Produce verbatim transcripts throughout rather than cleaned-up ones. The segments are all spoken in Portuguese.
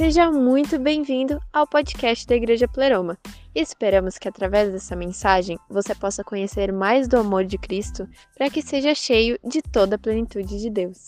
Seja muito bem-vindo ao podcast da Igreja Pleroma. Esperamos que através dessa mensagem você possa conhecer mais do amor de Cristo para que seja cheio de toda a plenitude de Deus.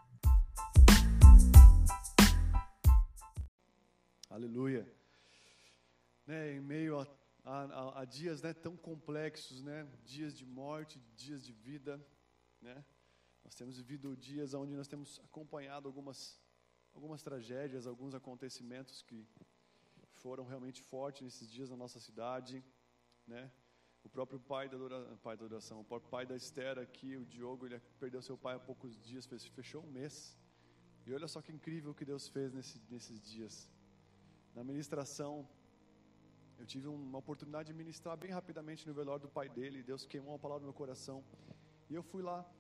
Aleluia. Né, em meio a, a, a dias né, tão complexos, né, dias de morte, dias de vida, né, nós temos vivido dias onde nós temos acompanhado algumas, algumas tragédias, alguns acontecimentos que foram realmente fortes nesses dias na nossa cidade, né. O próprio pai da, oração, pai da oração, o próprio pai da Esther aqui, o Diogo, ele perdeu seu pai há poucos dias, fechou um mês. E olha só que incrível o que Deus fez nesse, nesses dias. Na ministração, eu tive uma oportunidade de ministrar bem rapidamente no velório do pai dele. Deus queimou uma palavra no meu coração. E eu fui lá,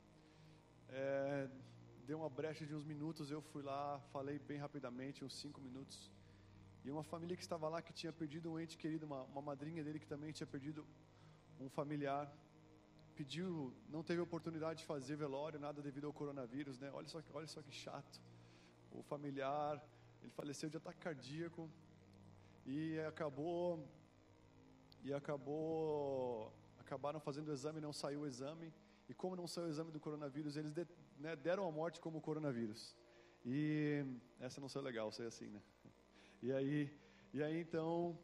é, deu uma brecha de uns minutos, eu fui lá, falei bem rapidamente, uns cinco minutos. E uma família que estava lá, que tinha perdido um ente querido, uma, uma madrinha dele que também tinha perdido um familiar, pediu, não teve oportunidade de fazer velório, nada devido ao coronavírus, né? Olha só, olha só que chato. O familiar, ele faleceu de ataque cardíaco e acabou, e acabou, acabaram fazendo o exame, não saiu o exame, e como não saiu o exame do coronavírus, eles de, né, deram a morte como coronavírus. E essa não saiu legal, sei assim, né? E aí, e aí então,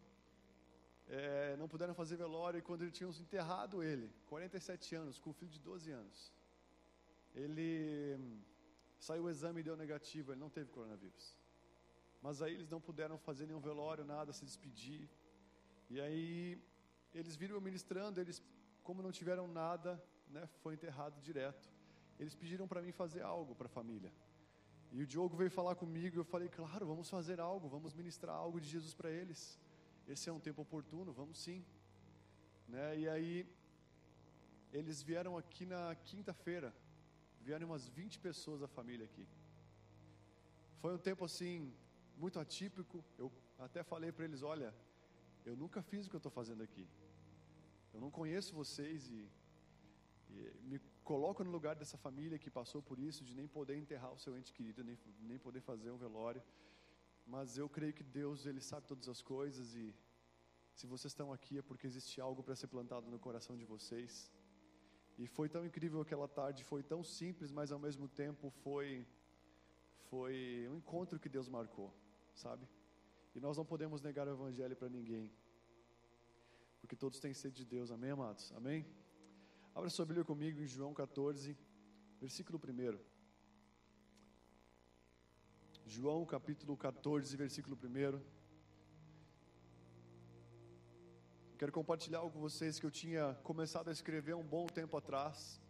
é, não puderam fazer velório, e quando eles tinham enterrado ele, quarenta e sete anos, com um filho de doze anos, ele saiu o exame e deu negativo, ele não teve coronavírus. Mas aí eles não puderam fazer nenhum velório, nada, se despedir. E aí eles viram eu ministrando, eles, como não tiveram nada, né, foi enterrado direto. Eles pediram para mim fazer algo para a família. E o Diogo veio falar comigo, e eu falei, claro, vamos fazer algo, vamos ministrar algo de Jesus para eles. Esse é um tempo oportuno, vamos sim. Né? E aí eles vieram aqui na quinta-feira, vieram umas vinte pessoas da família aqui. Foi um tempo assim, muito atípico. Eu até falei para eles, olha, eu nunca fiz o que eu estou fazendo aqui. Eu não conheço vocês e, e me coloco no lugar dessa família que passou por isso, de nem poder enterrar o seu ente querido, nem, nem poder fazer um velório. Mas eu creio que Deus, Ele sabe todas as coisas, e se vocês estão aqui é porque existe algo para ser plantado no coração de vocês. E foi tão incrível aquela tarde, foi tão simples, mas ao mesmo tempo foi, foi um encontro que Deus marcou, sabe? E nós não podemos negar o evangelho para ninguém, porque todos têm sede de Deus, amém, amados? Amém? Abra sua Bíblia comigo em João catorze, versículo um. João capítulo catorze, versículo um. Quero compartilhar algo com vocês que eu tinha começado a escrever um bom tempo atrás.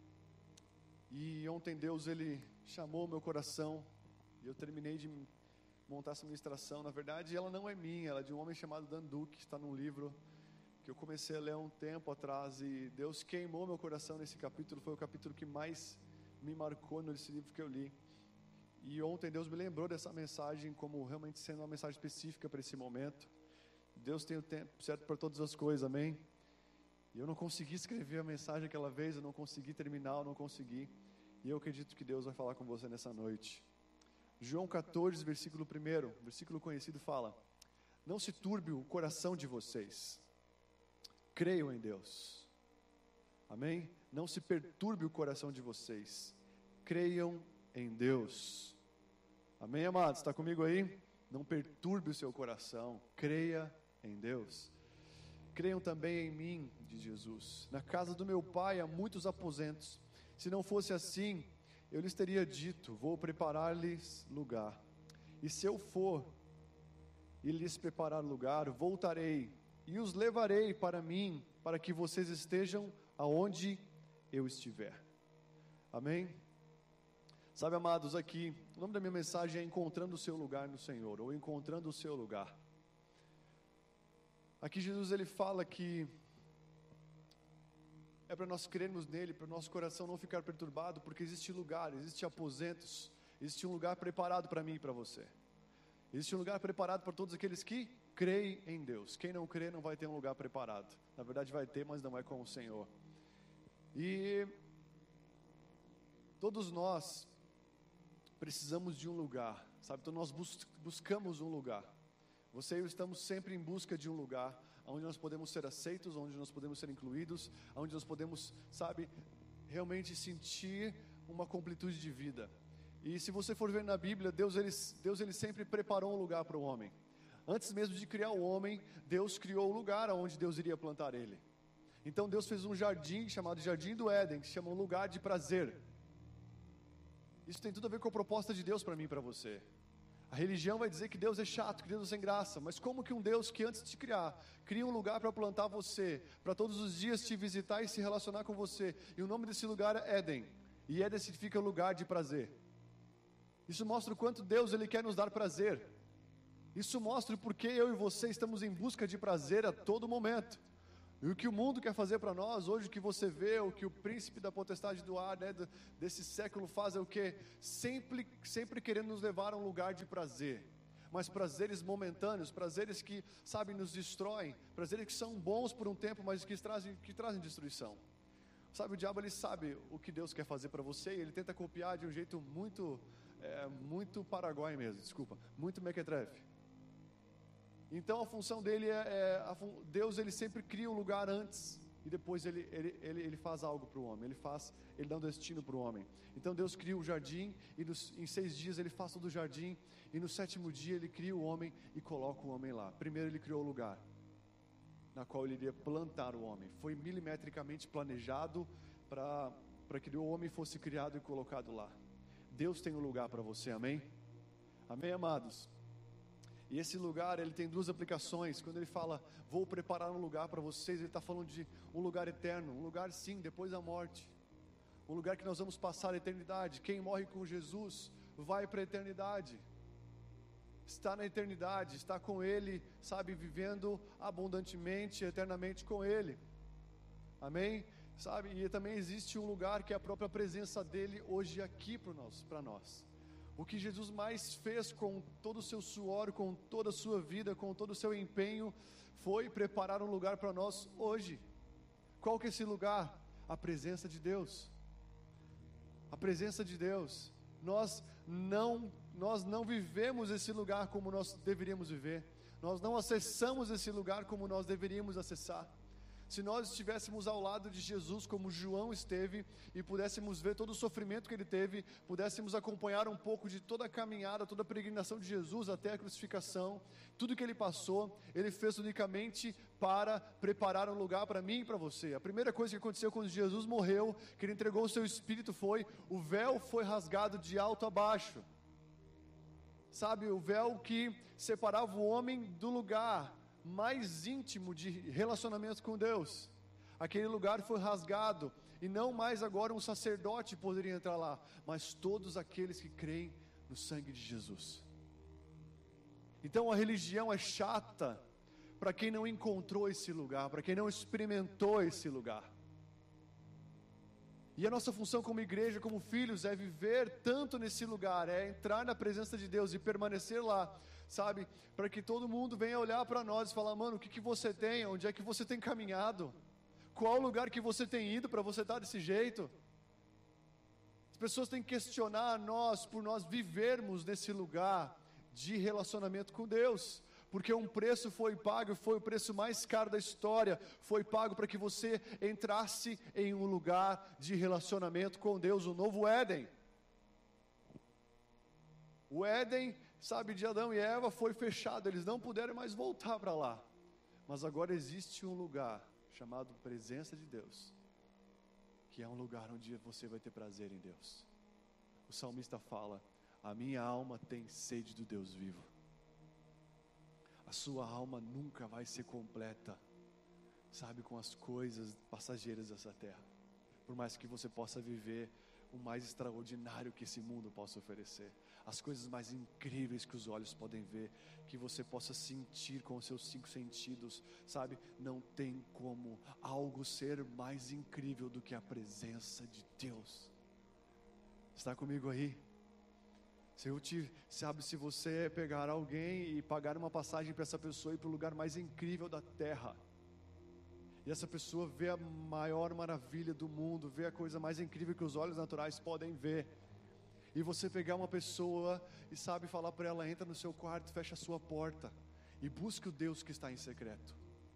E ontem Deus, Ele chamou o meu coração, e eu terminei de montar essa ministração. Na verdade, ela não é minha, ela é de um homem chamado Dan Duque, que está num livro que eu comecei a ler há um tempo atrás, e Deus queimou meu coração nesse capítulo. Foi o capítulo que mais me marcou nesse livro que eu li. E ontem Deus me lembrou dessa mensagem como realmente sendo uma mensagem específica para esse momento. Deus tem o tempo certo para todas as coisas, amém? E eu não consegui escrever a mensagem aquela vez, eu não consegui terminar, eu não consegui. E eu acredito que Deus vai falar com você nessa noite. João catorze, versículo um, versículo conhecido, fala: não se turbe o coração de vocês, creiam em Deus, amém? Não se perturbe o coração de vocês, creiam em Deus, amém, amados? Está comigo aí? Não perturbe o seu coração, creia em Deus. Creiam também em mim, diz Jesus. Na casa do meu pai há muitos aposentos. Se não fosse assim, eu lhes teria dito, vou preparar-lhes lugar. E se eu for e lhes preparar lugar, voltarei e os levarei para mim, para que vocês estejam aonde eu estiver. Amém? Sabe, amados, aqui, o nome da minha mensagem é Encontrando o Seu Lugar no Senhor, ou Encontrando o Seu Lugar. Aqui Jesus, Ele fala que é para nós crermos nele, para o nosso coração não ficar perturbado, porque existe lugar, existe aposentos, existe um lugar preparado para mim e para você. Existe um lugar preparado para todos aqueles que creem em Deus. Quem não crê não vai ter um lugar preparado. Na verdade vai ter, mas não é com o Senhor. E todos nós precisamos de um lugar, sabe? Então nós bus- buscamos um lugar. Você e eu estamos sempre em busca de um lugar onde nós podemos ser aceitos, onde nós podemos ser incluídos, onde nós podemos, sabe, realmente sentir uma completude de vida. E se você for ver na Bíblia, Deus ele, Deus, ele sempre preparou um lugar para o homem. Antes mesmo de criar o homem, Deus criou o lugar onde Deus iria plantar ele. Então Deus fez um jardim chamado Jardim do Éden, que se chama um lugar de prazer. Isso tem tudo a ver com a proposta de Deus para mim e para você. A religião vai dizer que Deus é chato, que Deus é sem graça, mas como que um Deus que antes de te criar, cria um lugar para plantar você, para todos os dias te visitar e se relacionar com você, e o nome desse lugar é Éden, e Éden significa lugar de prazer. Isso mostra o quanto Deus ele quer nos dar prazer. Isso mostra o porquê eu e você estamos em busca de prazer a todo momento. E o que o mundo quer fazer para nós, hoje o que você vê, o que o príncipe da potestade do ar, né, desse século faz é o quê? Sempre, sempre querendo nos levar a um lugar de prazer. Mas prazeres momentâneos, prazeres que, sabe, nos destroem, prazeres que são bons por um tempo, mas que trazem, que trazem destruição. Sabe, o diabo ele sabe o que Deus quer fazer para você e ele tenta copiar de um jeito muito, é, muito paraguai mesmo, desculpa, muito mequetrefe. Então a função dele é, é a fun... Deus ele sempre cria um lugar antes e depois ele, ele, ele, ele faz algo para o homem, ele faz, ele dá um destino para o homem. Então Deus cria o jardim e nos, em seis dias ele faz todo o jardim e no sétimo dia ele cria o homem e coloca o homem lá. Primeiro ele criou o lugar na qual ele iria plantar o homem, foi milimetricamente planejado para para que o homem fosse criado e colocado lá. Deus tem um lugar para você, amém? Amém, amados? E esse lugar, ele tem duas aplicações. Quando ele fala, vou preparar um lugar para vocês, ele está falando de um lugar eterno, um lugar sim, depois da morte, um lugar que nós vamos passar a eternidade. Quem morre com Jesus, vai para a eternidade, está na eternidade, está com Ele, sabe, vivendo abundantemente, eternamente com Ele, amém? Sabe, e também existe um lugar que é a própria presença dEle hoje aqui para nós, para nós. O que Jesus mais fez com todo o seu suor, com toda a sua vida, com todo o seu empenho, foi preparar um lugar para nós hoje. Qual que é esse lugar? A presença de Deus. A presença de Deus. Nós não, nós não vivemos esse lugar como nós deveríamos viver. Nós não acessamos esse lugar como nós deveríamos acessar. Se nós estivéssemos ao lado de Jesus como João esteve e pudéssemos ver todo o sofrimento que ele teve, pudéssemos acompanhar um pouco de toda a caminhada, toda a peregrinação de Jesus até a crucificação, tudo que ele passou, ele fez unicamente para preparar um lugar para mim e para você. A primeira coisa que aconteceu quando Jesus morreu, que ele entregou o seu espírito, foi o véu foi rasgado de alto a baixo. Sabe, o véu que separava o homem do lugar mais íntimo de relacionamento com Deus. Aquele lugar foi rasgado e não mais agora um sacerdote poderia entrar lá, mas todos aqueles que creem no sangue de Jesus. Então a religião é chata para quem não encontrou esse lugar, para quem não experimentou esse lugar. E a nossa função como igreja, como filhos, é viver tanto nesse lugar, é entrar na presença de Deus e permanecer lá, sabe? Para que todo mundo venha olhar para nós e falar, mano, o que, que você tem? Onde é que você tem caminhado? Qual lugar que você tem ido para você estar desse jeito? As pessoas têm que questionar a nós por nós vivermos nesse lugar de relacionamento com Deus. Porque um preço foi pago, foi o preço mais caro da história, foi pago para que você entrasse em um lugar de relacionamento com Deus, o novo Éden. O Éden, sabe, de Adão e Eva foi fechado, eles não puderam mais voltar para lá. Mas agora existe um lugar chamado presença de Deus, que é um lugar onde você vai ter prazer em Deus. O salmista fala, a minha alma tem sede do Deus vivo. A sua alma nunca vai ser completa, sabe, com as coisas passageiras dessa terra. Por mais que você possa viver o mais extraordinário que esse mundo possa oferecer, as coisas mais incríveis que os olhos podem ver, que você possa sentir com os seus cinco sentidos, sabe, não tem como algo ser mais incrível do que a presença de Deus. Está comigo aí? Se eu te, sabe, se você pegar alguém e pagar uma passagem para essa pessoa ir para o lugar mais incrível da terra, e essa pessoa vê a maior maravilha do mundo, vê a coisa mais incrível que os olhos naturais podem ver, E você pegar uma pessoa e sabe falar para ela, entra no seu quarto, fecha a sua porta e busque o Deus que está em secreto.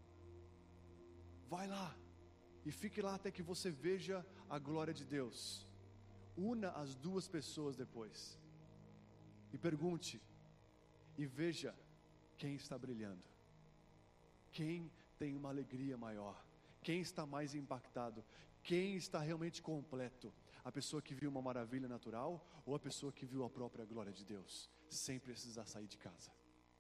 Vai lá e fique lá até que você veja a glória de Deus. Una as duas pessoas depois e pergunte e veja quem está brilhando, quem tem uma alegria maior, quem está mais impactado, quem está realmente completo, a pessoa que viu uma maravilha natural ou a pessoa que viu a própria glória de Deus, sem precisar sair de casa.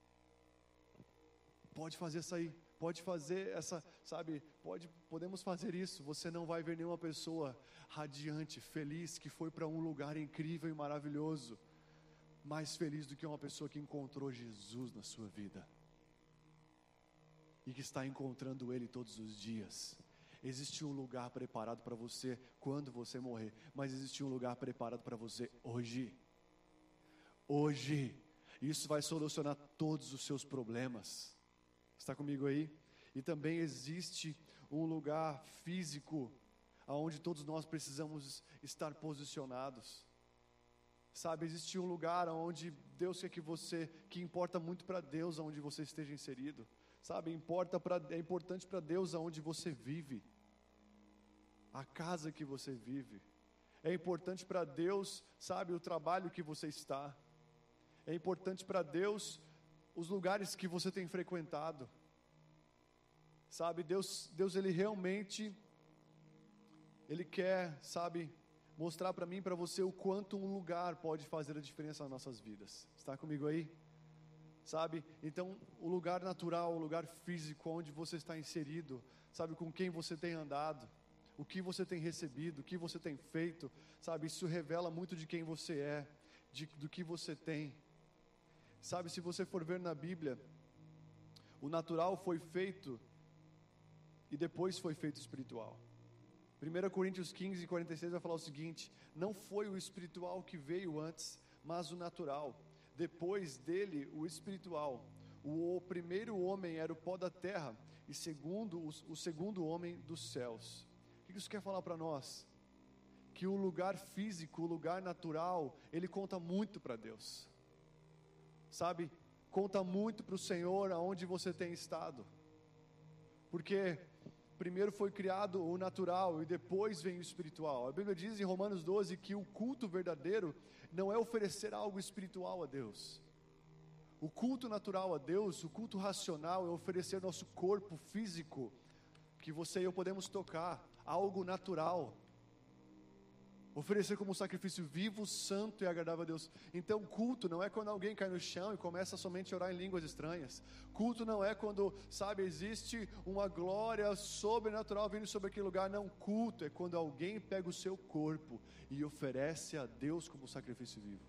Pode fazer essa aí, pode fazer essa, sabe, pode, podemos fazer isso. Você não vai ver nenhuma pessoa radiante, feliz, que foi para um lugar incrível e maravilhoso, mais feliz do que uma pessoa que encontrou Jesus na sua vida e que está encontrando Ele todos os dias. Existe um lugar preparado para você quando você morrer, mas existe um lugar preparado para você hoje. Hoje, isso vai solucionar todos os seus problemas. Está comigo aí? E também existe um lugar físico aonde todos nós precisamos estar posicionados. Sabe, existe um lugar onde Deus quer que você, que importa muito para Deus aonde você esteja inserido. Sabe, importa pra, é importante para Deus aonde você vive, a casa que você vive. É importante para Deus, sabe, o trabalho que você está. É importante para Deus os lugares que você tem frequentado. Sabe, Deus, Deus ele realmente, Ele quer, sabe, mostrar para mim e para você o quanto um lugar pode fazer a diferença nas nossas vidas. Está comigo aí? Sabe, então o lugar natural, o lugar físico onde você está inserido, sabe, com quem você tem andado, o que você tem recebido, o que você tem feito, sabe, isso revela muito de quem você é, de, do que você tem. Sabe, se você for ver na Bíblia, o natural foi feito e depois foi feito espiritual. primeira Coríntios quinze, quarenta e seis vai falar o seguinte: não foi o espiritual que veio antes, mas o natural, depois dele o espiritual. O primeiro homem era o pó da terra, e segundo, o, o segundo homem dos céus. O que isso quer falar para nós? Que o lugar físico, o lugar natural, ele conta muito para Deus. Sabe, conta muito para o Senhor aonde você tem estado, porque primeiro foi criado o natural e depois vem o espiritual. A Bíblia diz em Romanos doze que o culto verdadeiro não é oferecer algo espiritual a Deus. O culto natural a Deus, o culto racional, é oferecer nosso corpo físico, que você e eu podemos tocar, algo natural. Oferecer como sacrifício vivo, santo e agradável a Deus. Então culto não é quando alguém cai no chão e começa somente a orar em línguas estranhas. Culto não é quando, sabe, existe uma glória sobrenatural vindo sobre aquele lugar. Não, culto é quando alguém pega o seu corpo e oferece a Deus como sacrifício vivo.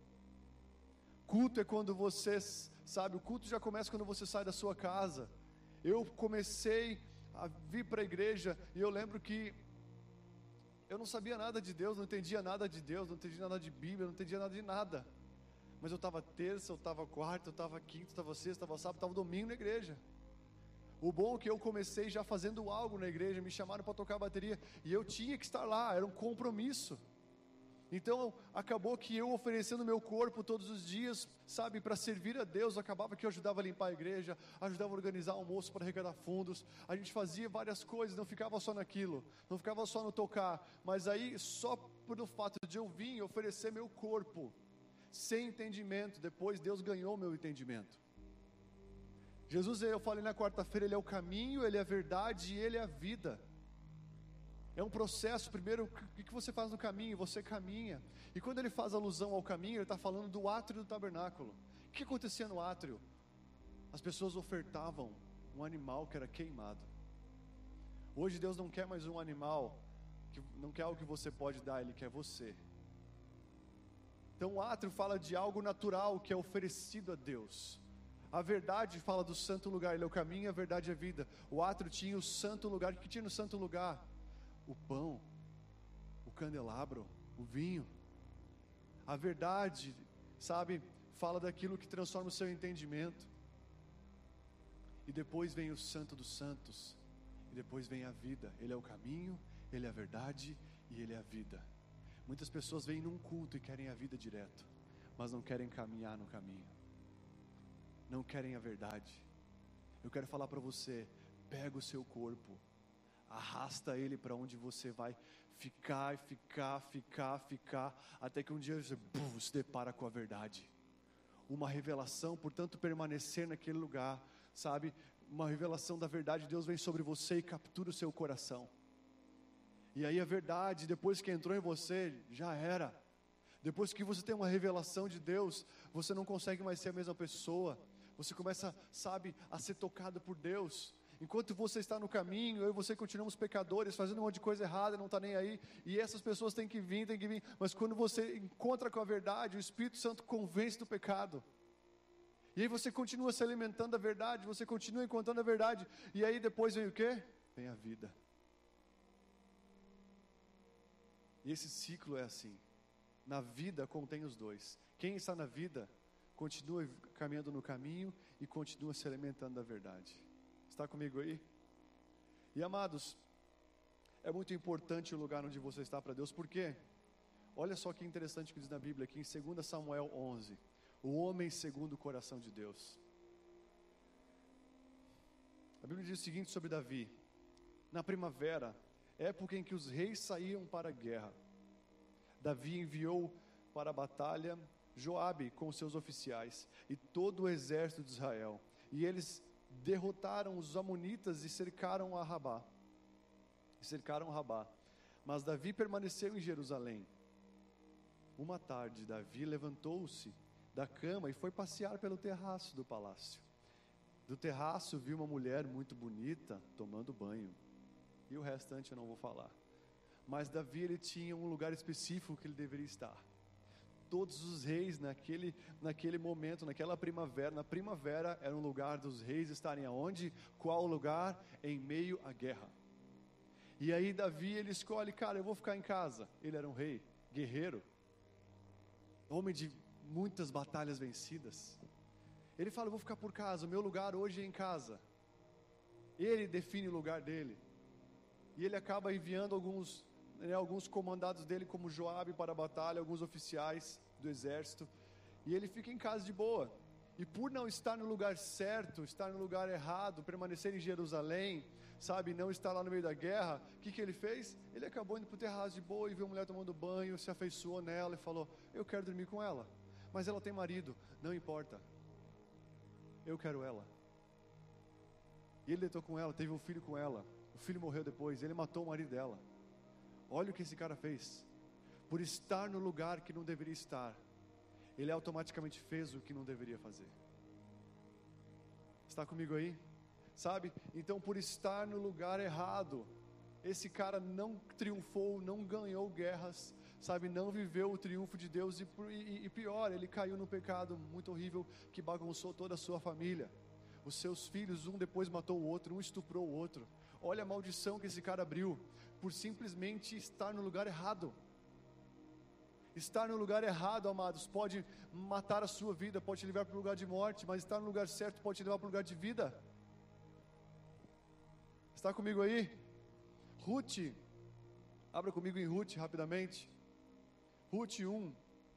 Culto é quando você, sabe, o culto já começa quando você sai da sua casa. Eu comecei a vir para a igreja e eu lembro que eu não sabia nada de Deus, não entendia nada de Deus, não entendia nada de Bíblia, não entendia nada de nada. Mas eu estava terça, eu estava quarta, eu estava quinta, eu estava sexta, eu estava sábado, eu estava domingo na igreja. O bom é que eu comecei já fazendo algo na igreja, me chamaram para tocar bateria, e eu tinha que estar lá, era um compromisso. Então, acabou que eu oferecendo meu corpo todos os dias, sabe, para servir a Deus, acabava que eu ajudava a limpar a igreja, ajudava a organizar almoço para arrecadar fundos, a gente fazia várias coisas, não ficava só naquilo, não ficava só no tocar, mas aí só pelo fato de eu vir oferecer meu corpo, sem entendimento, depois Deus ganhou meu entendimento. Jesus, eu falei na quarta-feira, Ele é o caminho, Ele é a verdade e Ele é a vida. É um processo. Primeiro, o que você faz no caminho? Você caminha. E quando ele faz alusão ao caminho, ele está falando do átrio do tabernáculo. O que acontecia no átrio? As pessoas ofertavam um animal que era queimado. Hoje Deus não quer mais um animal, que não quer algo que você pode dar, Ele quer você. Então o átrio fala de algo natural que é oferecido a Deus. A verdade fala do santo lugar, Ele é o caminho, a verdade e a vida. O átrio tinha o santo lugar. O que tinha no santo lugar? O pão, o candelabro, o vinho. A verdade, sabe, fala daquilo que transforma o seu entendimento. E depois vem o santo dos santos. E depois vem a vida. Ele é o caminho, Ele é a verdade e Ele é a vida. Muitas pessoas vêm num culto e querem a vida direto, mas não querem caminhar no caminho, não querem a verdade. Eu quero falar para você, pega o seu corpo, arrasta ele para onde você vai ficar, ficar, ficar, ficar, até que um dia você buf, se depara com a verdade, uma revelação. Portanto, permanecer naquele lugar, sabe, uma revelação da verdade, Deus vem sobre você e captura o seu coração, e aí a verdade, depois que entrou em você, já era. Depois que você tem uma revelação de Deus, você não consegue mais ser a mesma pessoa, você começa, sabe, a ser tocado por Deus. Enquanto você está no caminho, eu e você continuamos pecadores, fazendo um monte de coisa errada, não está nem aí, e essas pessoas têm que vir, têm que vir, mas quando você encontra com a verdade, o Espírito Santo convence do pecado, e aí você continua se alimentando da verdade, você continua encontrando a verdade, e aí depois vem o quê? Vem a vida. E esse ciclo é assim, na vida contém os dois. Quem está na vida, continua caminhando no caminho e continua se alimentando da verdade. Está comigo aí? E amados, é muito importante o lugar onde você está para Deus, porque olha só que interessante que diz na Bíblia, aqui em dois Samuel onze, o homem segundo o coração de Deus. A Bíblia diz o seguinte sobre Davi: na primavera, época em que os reis saíam para a guerra, Davi enviou para a batalha Joabe com seus oficiais e todo o exército de Israel, e eles derrotaram os amonitas e cercaram a Rabá, e cercaram Rabá, mas Davi permaneceu em Jerusalém. Uma tarde, Davi levantou-se da cama e foi passear pelo terraço do palácio. Do terraço viu uma mulher muito bonita tomando banho, e o restante eu não vou falar, mas Davi, ele tinha um lugar específico que ele deveria estar. Todos os reis naquele, naquele momento, naquela primavera, na primavera era um lugar dos reis estarem aonde? Qual lugar? Em meio à guerra. E aí Davi, ele escolhe, cara, eu vou ficar em casa. Ele era um rei, guerreiro, homem de muitas batalhas vencidas. Ele fala, eu vou ficar por casa, o meu lugar hoje é em casa. Ele define o lugar dele. E ele acaba enviando alguns, né, alguns comandados dele, como Joabe, para a batalha, alguns oficiais do exército, e ele fica em casa de boa. E por não estar no lugar certo, estar no lugar errado, permanecer em Jerusalém, sabe, não estar lá no meio da guerra, o que que ele fez? Ele acabou indo para o terraço de boa e viu a mulher tomando banho, se afeiçoou nela e falou, eu quero dormir com ela, mas ela tem marido, não importa, eu quero ela. E ele deitou com ela, teve um filho com ela, o filho morreu depois, ele matou o marido dela. Olha o que esse cara fez. Por estar no lugar que não deveria estar, ele automaticamente fez o que não deveria fazer. Está comigo aí? Sabe? Então, por estar no lugar errado, esse cara não triunfou, não ganhou guerras, sabe? Não viveu o triunfo de Deus e, e, e pior, ele caiu num pecado muito horrível que bagunçou toda a sua família. Os seus filhos, um depois matou o outro, um estuprou o outro. Olha a maldição que esse cara abriu, por simplesmente estar no lugar errado. Estar no lugar errado, amados, pode matar a sua vida, pode te levar para o lugar de morte, mas estar no lugar certo pode te levar para o lugar de vida. Está comigo aí? Ruth, abra comigo em Ruth rapidamente. Ruth um.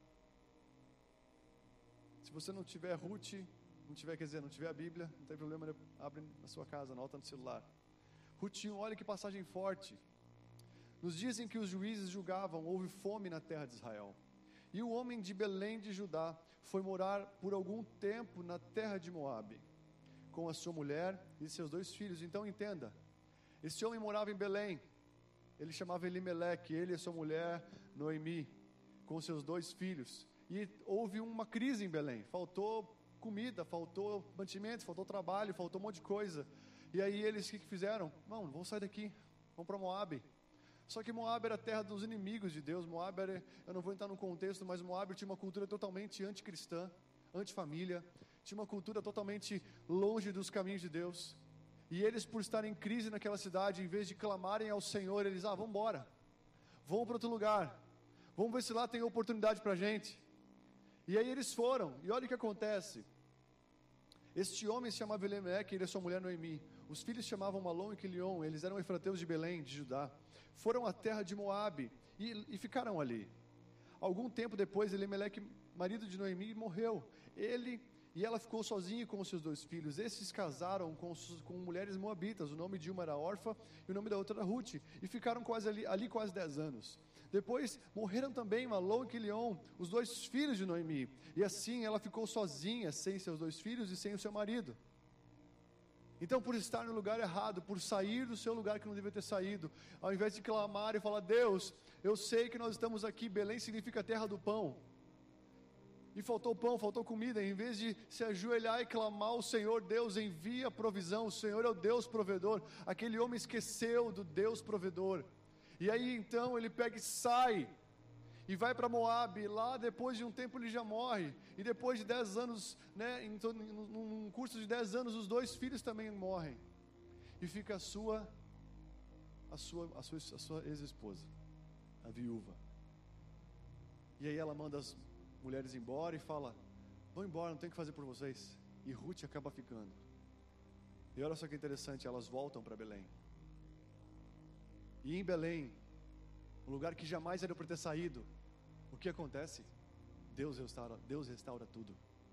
Se você não tiver Ruth, não tiver, quer dizer, não tiver a Bíblia, não tem problema, abre na sua casa, anota no celular. Ruth um, olha que passagem forte. Nos dias em que os juízes julgavam, houve fome na terra de Israel. E o homem de Belém de Judá foi morar por algum tempo na terra de Moabe, com a sua mulher e seus dois filhos. Então entenda, esse homem morava em Belém, ele chamava Elimeleque, ele e sua mulher Noemi, com seus dois filhos. E houve uma crise em Belém, faltou comida, faltou mantimento, faltou trabalho, faltou um monte de coisa. E aí eles, o que, que fizeram? Não, vamos sair daqui, vamos para Moabe. Só que Moabe era a terra dos inimigos de Deus. Moabe era, eu não vou entrar no contexto, mas Moabe tinha uma cultura totalmente anticristã, antifamília, tinha uma cultura totalmente longe dos caminhos de Deus. E eles, por estarem em crise naquela cidade, em vez de clamarem ao Senhor, eles, ah, vamos embora, vamos para outro lugar, vamos ver se lá tem oportunidade para a gente. E aí eles foram, e olha o que acontece. Este homem se chamava Elimeleque, ele e sua mulher Noemi. Os filhos chamavam Malom e Quilion, eles eram efrateus de Belém, de Judá. Foram à terra de Moabe e, e ficaram ali. Algum tempo depois, Elimeleque, marido de Noemi, morreu. Ele e ela ficou sozinha com os seus dois filhos. Esses casaram com, com mulheres moabitas. O nome de uma era Orfa e o nome da outra era Ruth. E ficaram quase ali, ali quase dez anos. Depois morreram também Malom e Quilion, os dois filhos de Noemi. E assim ela ficou sozinha, sem seus dois filhos e sem o seu marido. Então, por estar no lugar errado, por sair do seu lugar que não devia ter saído, ao invés de clamar e falar: Deus, eu sei que nós estamos aqui, Belém significa terra do pão, e faltou pão, faltou comida, em vez de se ajoelhar e clamar ao Senhor: Deus, envia provisão, o Senhor é o Deus provedor. Aquele homem esqueceu do Deus provedor, e aí então ele pega e sai, e vai para Moabe. Lá depois de um tempo ele já morre, e depois de dez anos, né, em, num curso de dez anos, os dois filhos também morrem, e fica a sua, a sua, a sua, a sua ex-esposa, a viúva, e aí ela manda as mulheres embora e fala: vão embora, não tem o que fazer por vocês, e Ruth acaba ficando. E olha só que interessante, elas voltam para Belém, e em Belém, um lugar que jamais era para ter saído, o que acontece? Deus restaura, Deus restaura tudo.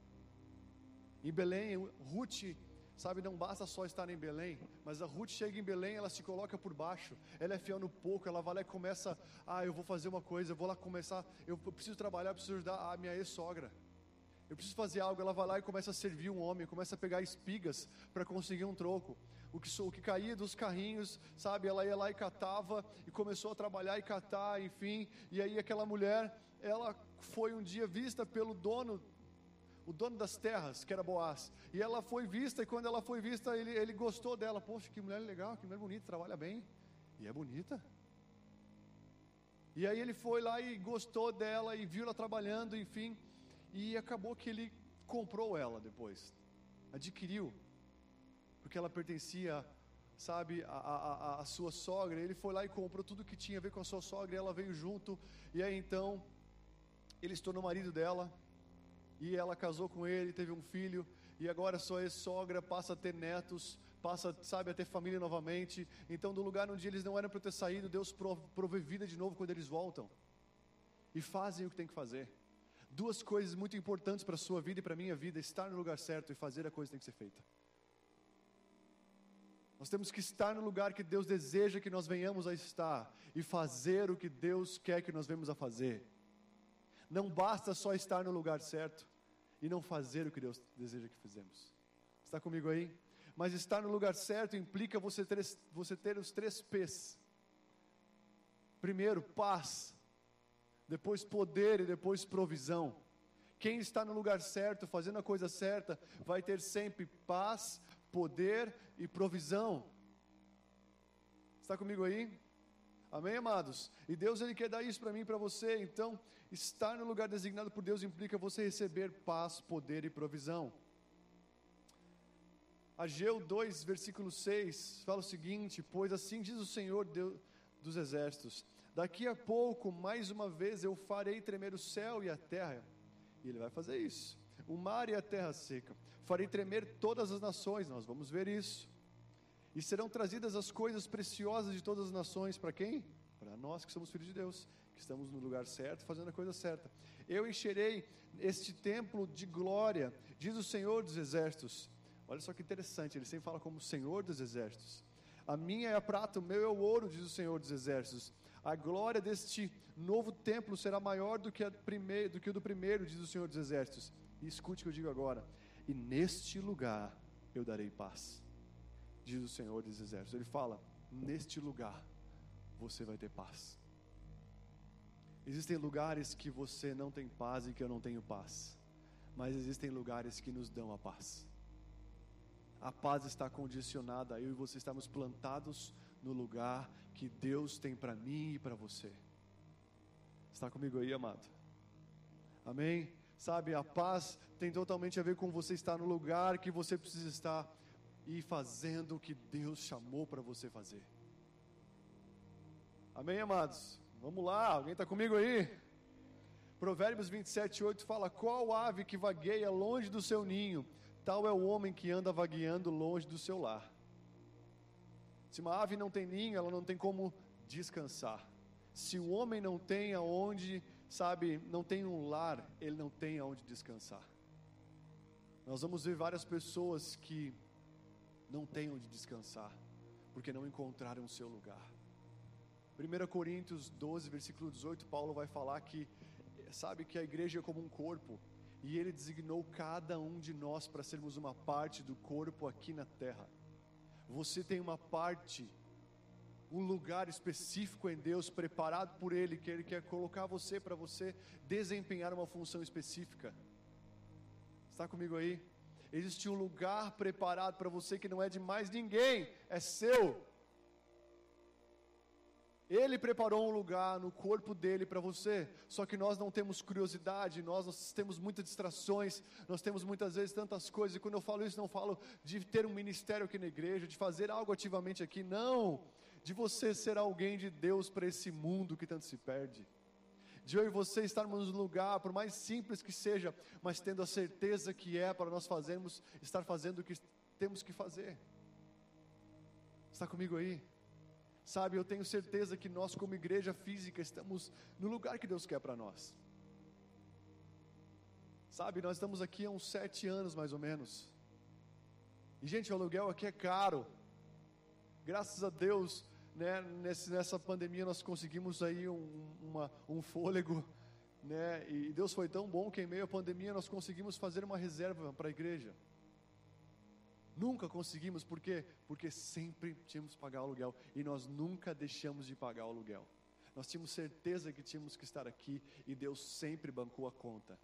Em Belém, Ruth, sabe, não basta só estar em Belém, mas a Ruth chega em Belém, ela se coloca por baixo, ela é fiel no pouco, ela vai lá e começa: ah, eu vou fazer uma coisa, eu vou lá começar, eu preciso trabalhar, eu preciso ajudar a minha ex-sogra, eu preciso fazer algo. Ela vai lá e começa a servir um homem, começa a pegar espigas para conseguir um troco, o que, o que caía dos carrinhos, sabe, ela ia lá e catava, e começou a trabalhar e catar, enfim, e aí aquela mulher, ela foi um dia vista pelo dono, o dono das terras, que era Boaz, e ela foi vista, e quando ela foi vista, ele, ele gostou dela. Poxa, que mulher legal, que mulher bonita, trabalha bem, e é bonita. E aí ele foi lá e gostou dela, e viu ela trabalhando, enfim, e acabou que ele comprou ela depois, adquiriu, porque ela pertencia, sabe, a, a, a sua sogra. Ele foi lá e comprou tudo que tinha a ver com a sua sogra, e ela veio junto, e aí então, ele se tornou marido dela, e ela casou com ele, teve um filho, e agora sua ex-sogra passa a ter netos, passa, sabe, a ter família novamente. Então, do lugar onde eles não eram para ter saído, Deus provê vida de novo quando eles voltam, e fazem o que tem que fazer. Duas coisas muito importantes para a sua vida e para a minha vida: estar no lugar certo e fazer a coisa que tem que ser feita. Nós temos que estar no lugar que Deus deseja que nós venhamos a estar, e fazer o que Deus quer que nós venhamos a fazer. Não basta só estar no lugar certo e não fazer o que Deus deseja que fizemos. Está comigo aí? Mas estar no lugar certo implica você ter, você ter os três P's. Primeiro, paz. Depois, poder. E depois, provisão. Quem está no lugar certo, fazendo a coisa certa, vai ter sempre paz, poder e provisão. Está comigo aí? Amém, amados? E Deus, Ele quer dar isso para mim e para você. Então, estar no lugar designado por Deus implica você receber paz, poder e provisão. Ageu dois, versículo seis, fala o seguinte: pois assim diz o Senhor Deus dos exércitos, daqui a pouco, mais uma vez, eu farei tremer o céu e a terra. E Ele vai fazer isso, o mar e a terra seca. Farei tremer todas as nações, nós vamos ver isso. E serão trazidas as coisas preciosas de todas as nações, para quem? Para nós que somos filhos de Deus, que estamos no lugar certo, fazendo a coisa certa. Eu encherei este templo de glória, diz o Senhor dos exércitos. Olha só que interessante, ele sempre fala como Senhor dos exércitos. A minha é a prata, o meu é o ouro, diz o Senhor dos exércitos. A glória deste novo templo será maior do que, a prime... do que o do primeiro, diz o Senhor dos exércitos. E escute o que eu digo agora: e neste lugar eu darei paz, diz o Senhor dos exércitos. Ele fala: neste lugar você vai ter paz. Existem lugares que você não tem paz e que eu não tenho paz, mas existem lugares que nos dão a paz. A paz está condicionada a eu e você estarmos plantados no lugar que Deus tem para mim e para você. Está comigo aí, amado? Amém? Sabe, a paz tem totalmente a ver com você estar no lugar que você precisa estar e fazendo o que Deus chamou para você fazer. Amém, amados? Vamos lá, alguém está comigo aí? Provérbios vinte e sete, oito fala: qual ave que vagueia longe do seu ninho, tal é o homem que anda vagueando longe do seu lar. Se uma ave não tem ninho, ela não tem como descansar. Se o homem não tem aonde, sabe, não tem um lar, ele não tem aonde descansar. Nós vamos ver várias pessoas que não têm onde descansar, porque não encontraram o seu lugar. primeira Coríntios doze, versículo dezoito, Paulo vai falar que, sabe, que a igreja é como um corpo, e ele designou cada um de nós para sermos uma parte do corpo aqui na terra. Você tem uma parte, um lugar específico em Deus, preparado por Ele, que Ele quer colocar você, para você desempenhar uma função específica. Está comigo aí? Existe um lugar preparado para você que não é de mais ninguém, é seu. Ele preparou um lugar no corpo dele para você, só que nós não temos curiosidade, nós, nós temos muitas distrações, nós temos muitas vezes tantas coisas, e quando eu falo isso, não falo de ter um ministério aqui na igreja, de fazer algo ativamente aqui, não, de você ser alguém de Deus para esse mundo que tanto se perde, de eu e você estarmos no lugar, por mais simples que seja, mas tendo a certeza que é para nós fazermos, estar fazendo o que temos que fazer. Está comigo aí? Sabe, eu tenho certeza que nós como igreja física estamos no lugar que Deus quer para nós. Sabe, nós estamos aqui há uns sete anos mais ou menos. E gente, o aluguel aqui é caro. Graças a Deus, né, nesse, nessa pandemia nós conseguimos aí um, uma, um fôlego, né, e Deus foi tão bom que em meio à pandemia nós conseguimos fazer uma reserva para a igreja. Nunca conseguimos, por quê? Porque sempre tínhamos que pagar o aluguel, e nós nunca deixamos de pagar o aluguel. Nós tínhamos certeza que tínhamos que estar aqui, e Deus sempre bancou a conta.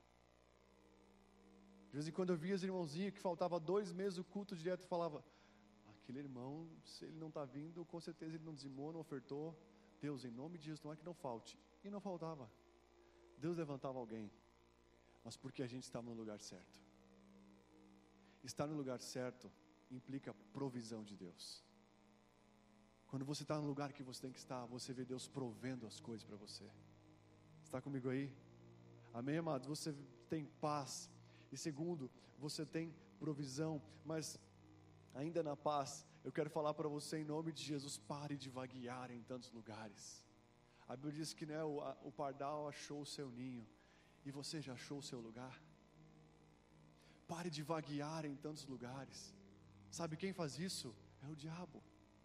De vez em quando eu via os irmãozinhos que faltava dois meses o culto direto, e falava, aquele irmão, se ele não está vindo, com certeza ele não dizimou, não ofertou. Deus, em nome de Jesus, não é que não falte. E não faltava. Deus levantava alguém, mas porque a gente estava no lugar certo. Estar no lugar certo implica provisão de Deus. Quando você está no lugar que você tem que estar, você vê Deus provendo as coisas para você. Está comigo aí? Amém, amados? Você tem paz. E segundo, você tem provisão. Mas ainda na paz, eu quero falar para você em nome de Jesus, pare de vaguear em tantos lugares. A Bíblia diz que, né, o, a, o pardal achou o seu ninho. E você já achou o seu lugar? Pare de vaguear em tantos lugares. Sabe quem faz isso? É o diabo.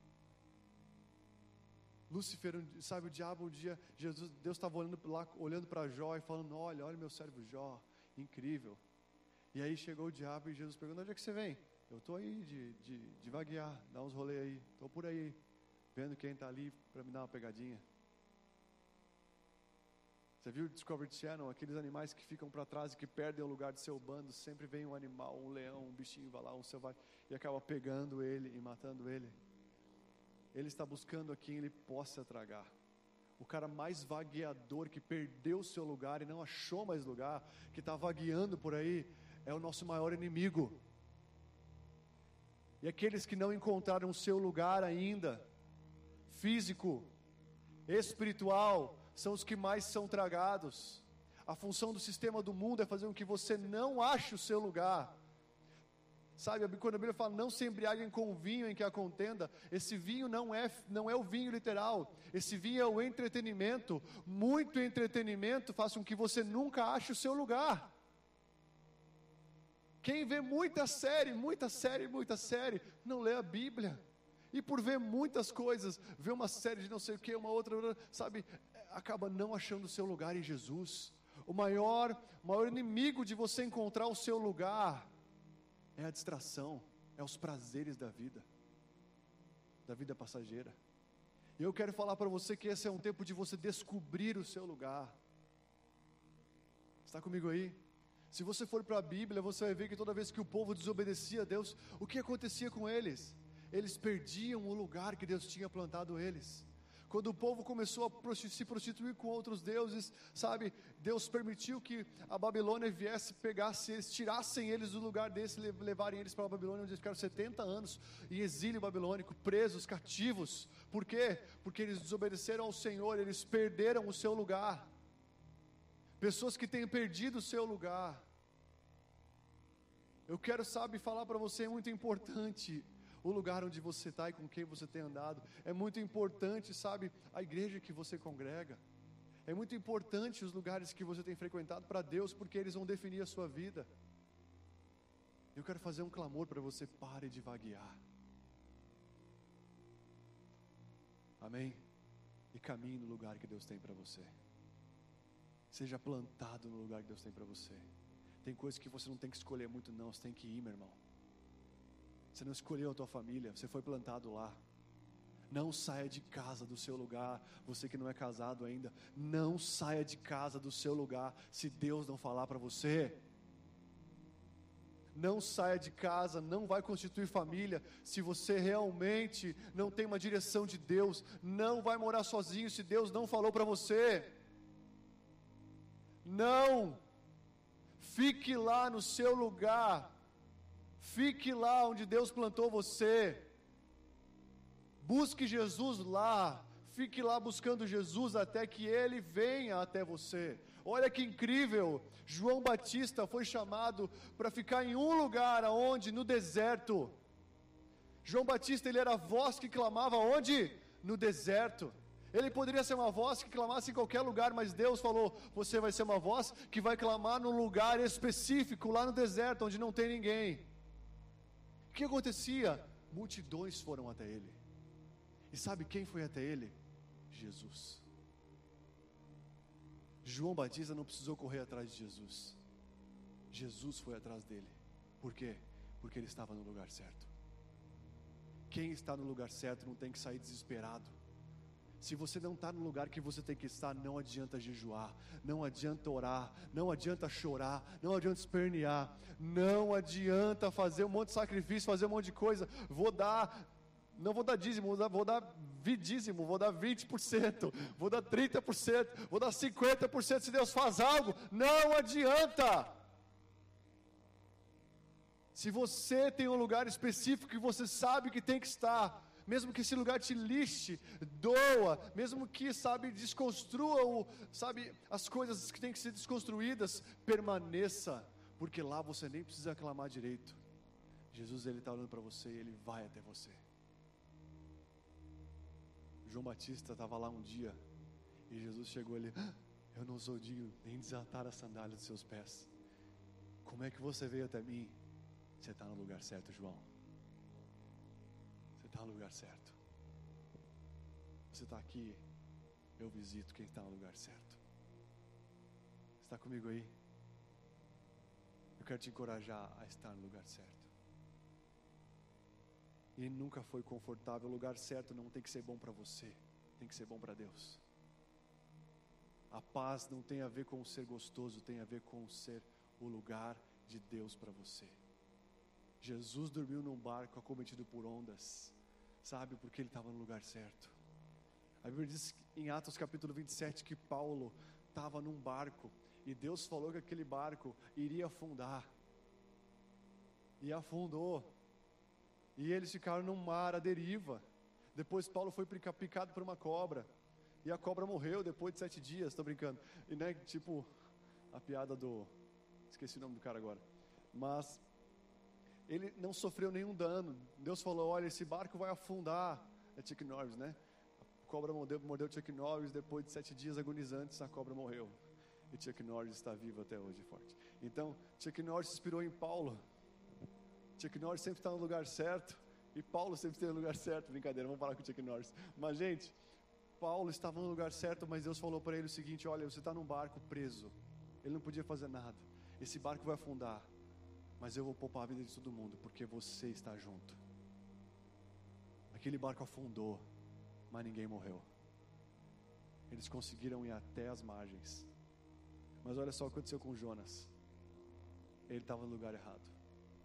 Lúcifer, sabe, o diabo um dia, Jesus, Deus estava olhando lá, olhando para Jó e falando, olha, olha meu servo Jó, incrível. E aí chegou o diabo e Jesus perguntou, onde é que você vem? Eu estou aí de, de, de vaguear, dá uns rolês aí, estou por aí, vendo quem está ali para me dar uma pegadinha. Você viu o Discovery Channel, aqueles animais que ficam para trás e que perdem o lugar de seu bando, sempre vem um animal, um leão, um bichinho, vai lá, um selvagem, e acaba pegando ele e matando ele. Ele está buscando a quem ele possa tragar. O cara mais vagueador, que perdeu o seu lugar e não achou mais lugar, que está vagueando por aí, é o nosso maior inimigo. E aqueles que não encontraram o seu lugar ainda, físico, espiritual, são os que mais são tragados. A função do sistema do mundo é fazer com que você não ache o seu lugar. Sabe, quando a Bíblia fala, não se embriaguem com vinho em que há contenda, esse vinho não é, não é o vinho literal, esse vinho é o entretenimento. Muito entretenimento faz com que você nunca ache o seu lugar. Quem vê muita série, muita série, muita série, não lê a Bíblia. E por ver muitas coisas, ver uma série de não sei o que, uma outra, sabe, acaba não achando o seu lugar em Jesus. O maior, maior inimigo de você encontrar o seu lugar é a distração, é os prazeres da vida, da vida passageira. E eu quero falar para você que esse é um tempo de você descobrir o seu lugar. Está comigo aí? Se você for para a Bíblia, você vai ver que toda vez que o povo desobedecia a Deus, o que acontecia com eles? Eles perdiam o lugar que Deus tinha plantado eles. Quando o povo começou a se prostituir com outros deuses, sabe, Deus permitiu que a Babilônia viesse, pegasse eles, tirassem eles do lugar desse, levarem eles para a Babilônia, onde eles ficaram setenta anos em exílio babilônico, presos, cativos. Por quê? Porque eles desobedeceram ao Senhor, eles perderam o seu lugar. Pessoas que têm perdido o seu lugar. Eu quero, sabe, falar para você, é muito importante. o lugar onde você está e com quem você tem andado. É muito importante, sabe, a igreja que você congrega. É muito importante os lugares que você tem frequentado para Deus, porque eles vão definir a sua vida. Eu quero fazer um clamor para você: pare de vaguear. Amém? E caminhe no lugar que Deus tem para você. Seja plantado no lugar que Deus tem para você. Tem coisas que você não tem que escolher muito não, você tem que ir, meu irmão. Você não escolheu a tua família, você foi plantado lá. Não saia de casa do seu lugar. Você que não é casado ainda, não saia de casa do seu lugar se Deus não falar para você. Não saia de casa, não vai constituir família se você realmente não tem uma direção de Deus. Não vai morar sozinho se Deus não falou para você. Não fique lá no seu lugar. Fique lá onde Deus plantou você. Busque Jesus lá. Fique lá buscando Jesus até que Ele venha até você. Olha que incrível, João Batista foi chamado para ficar em um lugar, aonde? No deserto. João Batista, ele era a voz que clamava onde? No deserto. Ele poderia ser uma voz que clamasse em qualquer lugar, mas Deus falou: você vai ser uma voz que vai clamar num lugar específico, lá no deserto, onde não tem ninguém. O que acontecia? Multidões foram até ele. E sabe quem foi até ele? Jesus. João Batista não precisou correr atrás de Jesus. Jesus foi atrás dele. Por quê? Porque ele estava no lugar certo. Quem está no lugar certo não tem que sair desesperado. Se você não está no lugar que você tem que estar, não adianta jejuar, não adianta orar, não adianta chorar, não adianta espernear, não adianta fazer um monte de sacrifício, fazer um monte de coisa. Vou dar, não vou dar dízimo, vou dar, vou dar dízimo, vou dar vinte por cento, vou dar trinta por cento, vou dar cinquenta por cento se Deus faz algo. Não adianta. Se você tem um lugar específico que você sabe que tem que estar, mesmo que esse lugar te lixe, doa, mesmo que, sabe, desconstrua o, sabe, as coisas que têm que ser desconstruídas, permaneça, porque lá você nem precisa clamar direito. Jesus, Ele está olhando para você e Ele vai até você. João Batista estava lá um dia, e Jesus chegou ali: ah, eu não sou digno nem desatar a sandália dos seus pés. Como é que você veio até mim? Você está no lugar certo, João. Você está no lugar certo. Você está aqui, eu visito quem está no lugar certo. Você está comigo aí? Eu quero te encorajar a estar no lugar certo. E nunca foi confortável. O lugar certo não tem que ser bom para você, tem que ser bom para Deus. A paz não tem a ver com ser gostoso, tem a ver com ser o lugar de Deus para você. Jesus dormiu num barco acometido por ondas, sabe, porque ele estava no lugar certo. A Bíblia diz em Atos capítulo vinte e sete que Paulo estava num barco e Deus falou que aquele barco iria afundar. E afundou. E eles ficaram num mar à deriva. Depois Paulo foi picado por uma cobra. E a cobra morreu depois de sete dias, estou brincando. E não é tipo a piada do... esqueci o nome do cara agora. Mas ele não sofreu nenhum dano. Deus falou: olha, esse barco vai afundar. É Chuck Norris, né? A cobra mordeu, mordeu Chuck Norris. Depois de sete dias agonizantes, a cobra morreu. E Chuck Norris está vivo até hoje, forte. Então, Chuck Norris se inspirou em Paulo. Chuck Norris sempre está no lugar certo, e Paulo sempre esteve no lugar certo. Brincadeira, vamos falar com o Chuck Norris. Mas, gente, Paulo estava no lugar certo, mas Deus falou para ele o seguinte: olha, você está num barco preso. Ele não podia fazer nada. Esse barco vai afundar, mas eu vou poupar a vida de todo mundo, porque você está junto. Aquele barco afundou, mas ninguém morreu. Eles conseguiram ir até as margens. Mas olha só o que aconteceu com Jonas. Ele estava no lugar errado.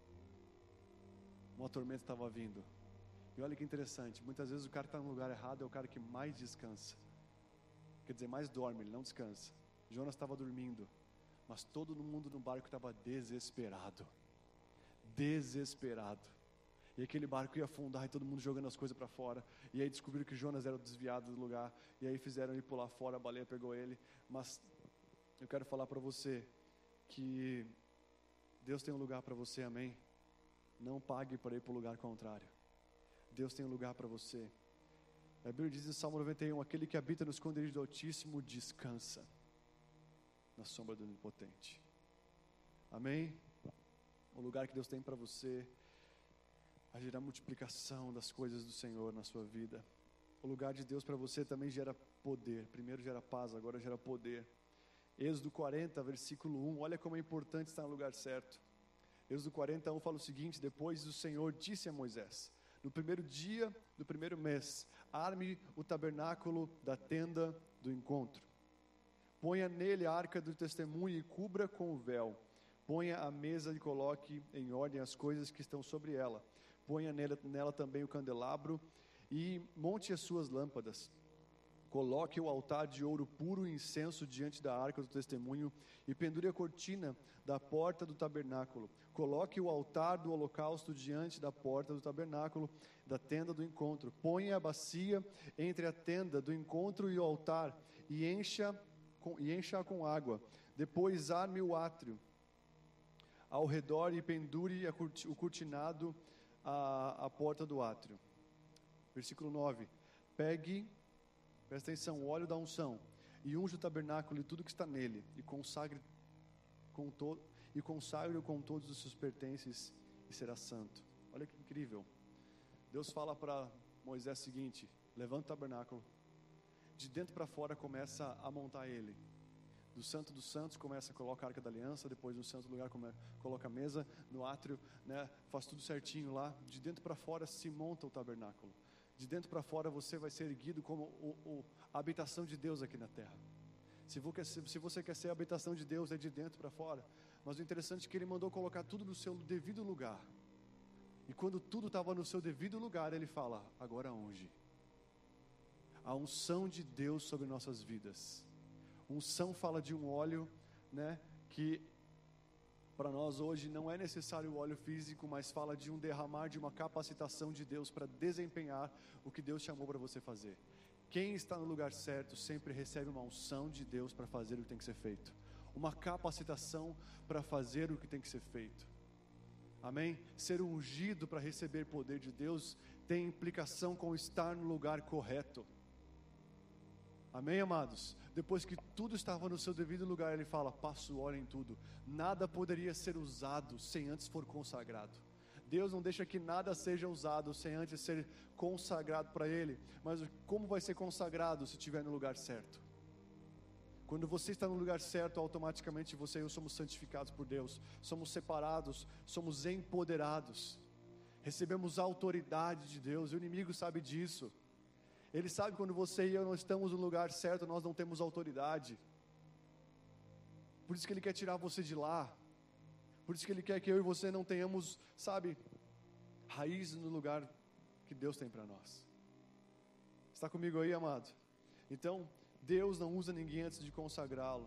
Uma tormenta estava vindo. E olha que interessante, muitas vezes o cara que está no lugar errado é o cara que mais descansa. Quer dizer, mais dorme, ele não descansa. Jonas estava dormindo, mas todo mundo no barco estava desesperado. Desesperado. E aquele barco ia afundar e todo mundo jogando as coisas para fora. E aí descobriram que Jonas era desviado do lugar. E aí fizeram ele pular fora, a baleia pegou ele. Mas eu quero falar para você que Deus tem um lugar para você, amém? Não pague para ir para o lugar contrário. Deus tem um lugar para você. A Bíblia diz em Salmo noventa e um, aquele que habita no esconderijo do Altíssimo descansa na sombra do Onipotente. Amém? O lugar que Deus tem para você vai gerar multiplicação das coisas do Senhor na sua vida. O lugar de Deus para você também gera poder. Primeiro gera paz, agora gera poder. Êxodo quarenta, versículo um, olha como é importante estar no lugar certo. Êxodo quarenta, um fala o seguinte: depois o Senhor disse a Moisés, no primeiro dia do primeiro mês, arme o tabernáculo da tenda do encontro. Ponha nele a arca do testemunho e cubra com o véu. Ponha a mesa e coloque em ordem as coisas que estão sobre ela. Ponha nela, nela também o candelabro e monte as suas lâmpadas. Coloque o altar de ouro puro e incenso diante da arca do testemunho e pendure a cortina da porta do tabernáculo. Coloque o altar do holocausto diante da porta do tabernáculo, da tenda do encontro. Ponha a bacia entre a tenda do encontro e o altar e encha com, e encha com água. Depois arme o átrio ao redor e pendure a, o cortinado à, à porta do átrio. Versículo nove. Pegue... Presta atenção, o óleo da unção, e unge o tabernáculo e tudo que está nele, e consagre com to, e consagre-o com todos os seus pertences, e será santo. Olha que incrível. Deus fala para Moisés o seguinte: levanta o tabernáculo, de dentro para fora começa a montar ele. Do santo dos santos começa a colocar a arca da aliança, depois no santo lugar come, coloca a mesa, no átrio, né, faz tudo certinho lá. De dentro para fora se monta o tabernáculo. De dentro para fora você vai ser erguido como o, o, a habitação de Deus aqui na terra. Se você, se você quer ser a habitação de Deus, é de dentro para fora. Mas o interessante é que Ele mandou colocar tudo no seu devido lugar. E quando tudo estava no seu devido lugar, Ele fala: agora unge. A unção de Deus sobre nossas vidas. Unção fala de um óleo, né, que para nós hoje não é necessário o óleo físico, mas fala de um derramar, de uma capacitação de Deus para desempenhar o que Deus chamou para você fazer. Quem está no lugar certo sempre recebe uma unção de Deus para fazer o que tem que ser feito. Uma capacitação para fazer o que tem que ser feito. Amém? Ser ungido para receber poder de Deus tem implicação com estar no lugar correto. Amém, amados? Depois que tudo estava no seu devido lugar, Ele fala: passa o óleo em tudo. Nada poderia ser usado sem antes for consagrado. Deus não deixa que nada seja usado sem antes ser consagrado para Ele. Mas como vai ser consagrado se estiver no lugar certo? Quando você está no lugar certo, automaticamente você e eu somos santificados por Deus. Somos separados, somos empoderados. Recebemos a autoridade de Deus. O inimigo sabe disso. Ele sabe quando você e eu não estamos no lugar certo, nós não temos autoridade. Por isso que Ele quer tirar você de lá. Por isso que Ele quer que eu e você não tenhamos, sabe, raízes no lugar que Deus tem para nós. Está comigo aí, amado? Então, Deus não usa ninguém antes de consagrá-lo.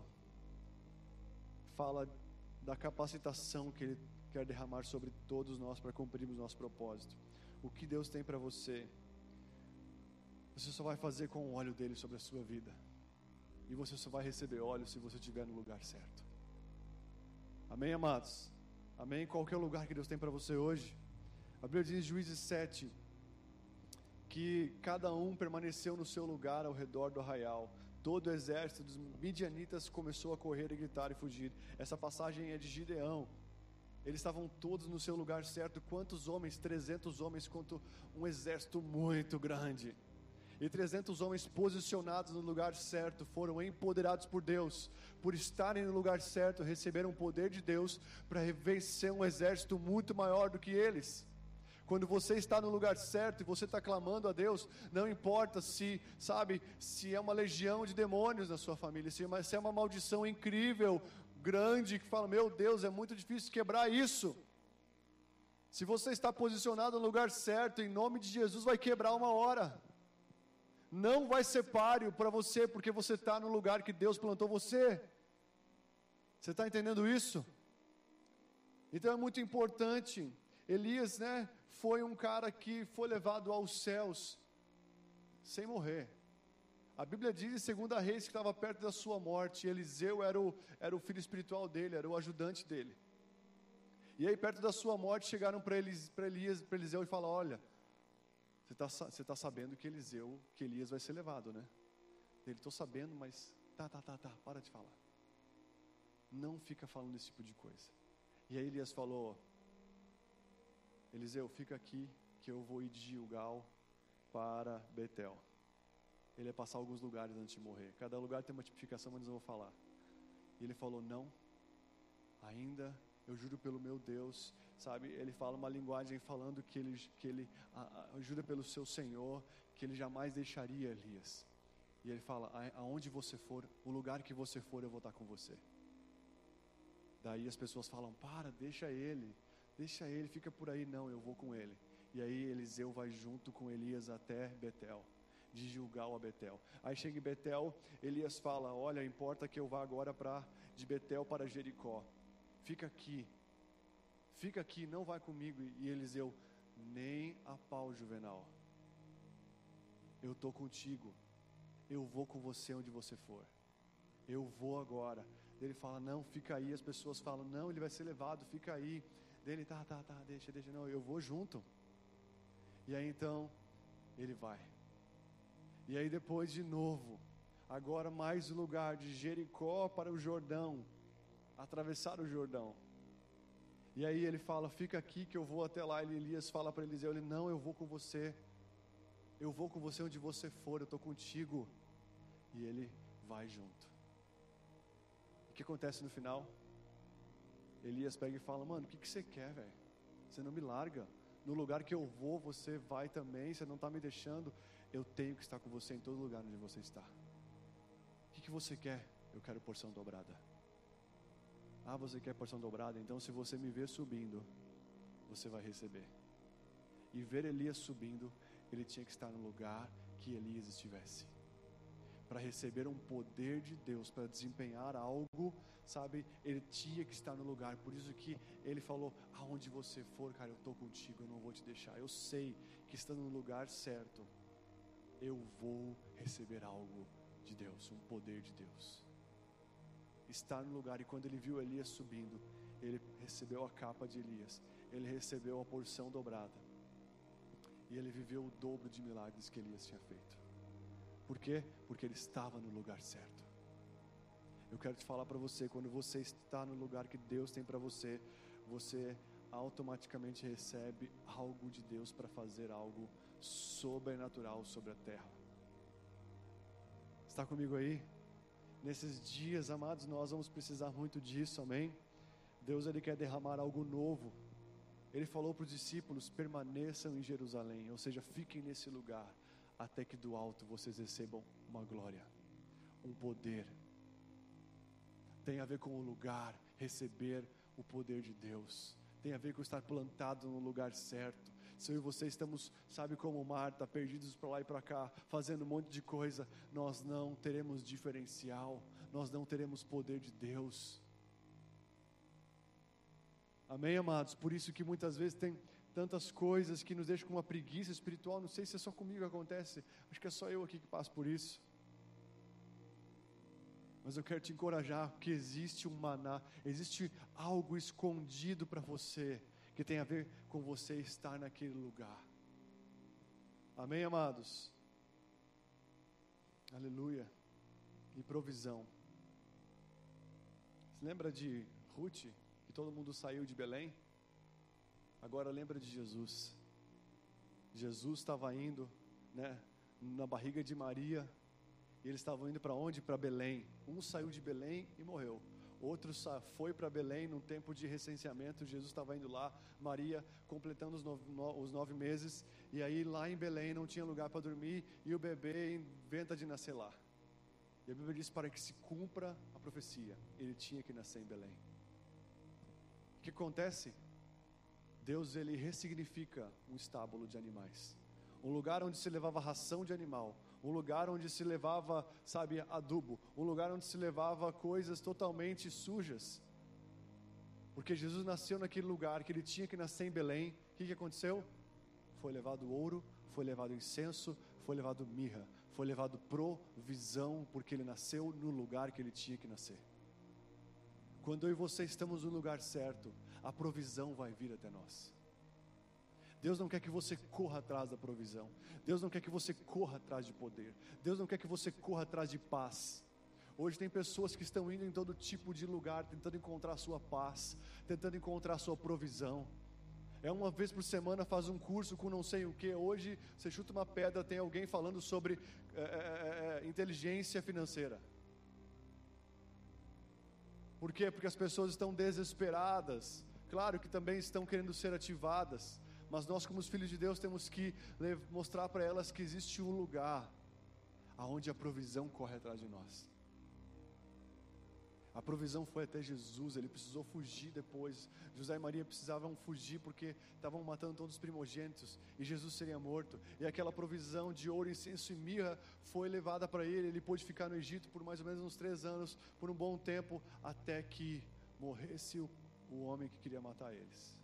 Fala da capacitação que Ele quer derramar sobre todos nós para cumprirmos nosso propósito. O que Deus tem para você, você só vai fazer com o óleo dele sobre a sua vida. E você só vai receber óleo se você estiver no lugar certo. Amém, amados? Amém? Qual que é o lugar que Deus tem para você hoje? A Bíblia diz em Juízes sete que cada um permaneceu no seu lugar ao redor do arraial. Todo o exército dos midianitas começou a correr e gritar e fugir. Essa passagem é de Gideão. Eles estavam todos no seu lugar certo. Quantos homens? trezentos homens, quanto um exército muito grande. E trezentos homens posicionados no lugar certo foram empoderados por Deus. Por estarem no lugar certo, receberam o poder de Deus para vencer um exército muito maior do que eles. Quando você está no lugar certo e você está clamando a Deus, não importa se, sabe, se é uma legião de demônios na sua família, se é uma maldição incrível, grande, que fala: meu Deus, é muito difícil quebrar isso. Se você está posicionado no lugar certo, em nome de Jesus, vai quebrar uma hora. Não vai ser páreo para você, porque você está no lugar que Deus plantou você. Você está entendendo isso? Então é muito importante. Elias, né, foi um cara que foi levado aos céus sem morrer. A Bíblia diz em segunda Reis que estava perto da sua morte. Eliseu era o, era o filho espiritual dele, era o ajudante dele. E aí perto da sua morte chegaram para Elias, para Elias, para Eliseu e falaram: olha, Você está você tá sabendo que Eliseu, que Elias vai ser levado, né? Ele, estou sabendo, mas tá, tá, tá, tá, para de falar. Não fica falando esse tipo de coisa. E aí Elias falou, Eliseu, fica aqui que eu vou ir de Gilgal para Betel. Ele ia passar alguns lugares antes de morrer. Cada lugar tem uma tipificação, mas eu vou falar. E ele falou, não, ainda, eu juro pelo meu Deus, sabe? Ele fala uma linguagem falando que ele, que ele a, a, jura pelo seu Senhor, que ele jamais deixaria Elias. E ele fala, a, aonde você for, o lugar que você for, eu vou estar com você. Daí as pessoas falam, para, deixa ele, deixa ele, fica por aí. Não, eu vou com ele. E aí Eliseu vai junto com Elias até Betel, de Gilgal a Betel. Aí chega em Betel, Elias fala, olha, importa que eu vá agora para de Betel para Jericó. Fica aqui, fica aqui, não vai comigo. E Eliseu, nem a pau, Juvenal. Eu estou contigo, eu vou com você onde você for. Eu vou agora. Ele fala, não, fica aí. As pessoas falam, não, ele vai ser levado, fica aí. Dele, tá, tá, tá, deixa, deixa, não, eu vou junto. E aí então, ele vai. E aí depois de novo, agora mais o lugar de Jericó para o Jordão, atravessar o Jordão. E aí ele fala, fica aqui que eu vou até lá. E Elias fala para Eliseu, ele, não, eu vou com você. Eu vou com você onde você for, eu estou contigo. E ele vai junto. O que acontece no final? Elias pega e fala, mano, o que, que você quer, velho? Você não me larga. No lugar que eu vou, você vai também. Você não está me deixando. Eu tenho que estar com você em todo lugar onde você está. O que, que você quer? Eu quero porção dobrada. Ah, você quer porção dobrada? Então se você me ver subindo, você vai receber. E ver Elias subindo, ele tinha que estar no lugar que Elias estivesse. Para receber um poder de Deus, para desempenhar algo, sabe, ele tinha que estar no lugar. Por isso que ele falou, aonde você for, cara, eu estou contigo, eu não vou te deixar. Eu sei que estando no lugar certo, eu vou receber algo de Deus, um poder de Deus. Estar no lugar, e quando ele viu Elias subindo, ele recebeu a capa de Elias, ele recebeu a porção dobrada, e ele viveu o dobro de milagres que Elias tinha feito. Por quê? Porque ele estava no lugar certo. Eu quero te falar para você, quando você está no lugar que Deus tem para você, você automaticamente recebe algo de Deus para fazer algo sobrenatural sobre a terra. Está comigo aí? Nesses dias, amados, nós vamos precisar muito disso, amém? Deus, Ele quer derramar algo novo. Ele falou para os discípulos, permaneçam em Jerusalém, ou seja, fiquem nesse lugar, até que do alto vocês recebam uma glória, um poder. Tem a ver com o lugar, receber o poder de Deus. Tem a ver com estar plantado no lugar certo. Se eu e você estamos, sabe, como Marta, perdidos para lá e para cá, fazendo um monte de coisa, nós não teremos diferencial, nós não teremos poder de Deus. Amém, amados? Por isso que muitas vezes tem tantas coisas que nos deixam com uma preguiça espiritual. Não sei se é só comigo que acontece, acho que é só eu aqui que passo por isso. Mas eu quero te encorajar, que existe um maná, existe algo escondido para você, que tem a ver com você estar naquele lugar. Amém, amados? Aleluia. E provisão. Você lembra de Ruth, que todo mundo saiu de Belém? Agora lembra de Jesus. Jesus estava indo, né, na barriga de Maria, e eles estavam indo para onde? Para Belém. Um saiu de Belém e morreu. Outro foi para Belém num tempo de recenseamento. Jesus estava indo lá, Maria completando os nove, os nove meses, e aí lá em Belém não tinha lugar para dormir, e o bebê inventa de nascer lá. E a Bíblia diz, para que se cumpra a profecia, ele tinha que nascer em Belém. O que acontece? Deus, ele ressignifica um estábulo de animais, um lugar onde se levava ração de animal, um lugar onde se levava, sabe, adubo, um lugar onde se levava coisas totalmente sujas, porque Jesus nasceu naquele lugar que ele tinha que nascer em Belém. O que, que aconteceu? Foi levado ouro, foi levado incenso, foi levado mirra, foi levado provisão, porque ele nasceu no lugar que ele tinha que nascer. Quando eu e você estamos no lugar certo, a provisão vai vir até nós. Deus não quer que você corra atrás da provisão. Deus não quer que você corra atrás de poder. Deus não quer que você corra atrás de paz. Hoje tem pessoas que estão indo em todo tipo de lugar, tentando encontrar a sua paz, tentando encontrar a sua provisão. É uma vez por semana faz um curso com não sei o que. Hoje você chuta uma pedra, tem alguém falando sobre é, é, é, inteligência financeira. Por quê? Porque as pessoas estão desesperadas. Claro que também estão querendo ser ativadas. Mas nós, como os filhos de Deus, temos que mostrar para elas que existe um lugar aonde a provisão corre atrás de nós. A provisão foi até Jesus, ele precisou fugir depois. José e Maria precisavam fugir porque estavam matando todos os primogênitos e Jesus seria morto. E aquela provisão de ouro, incenso e mirra foi levada para ele. Ele pôde ficar no Egito por mais ou menos uns três anos, por um bom tempo, até que morresse o, o homem que queria matar eles.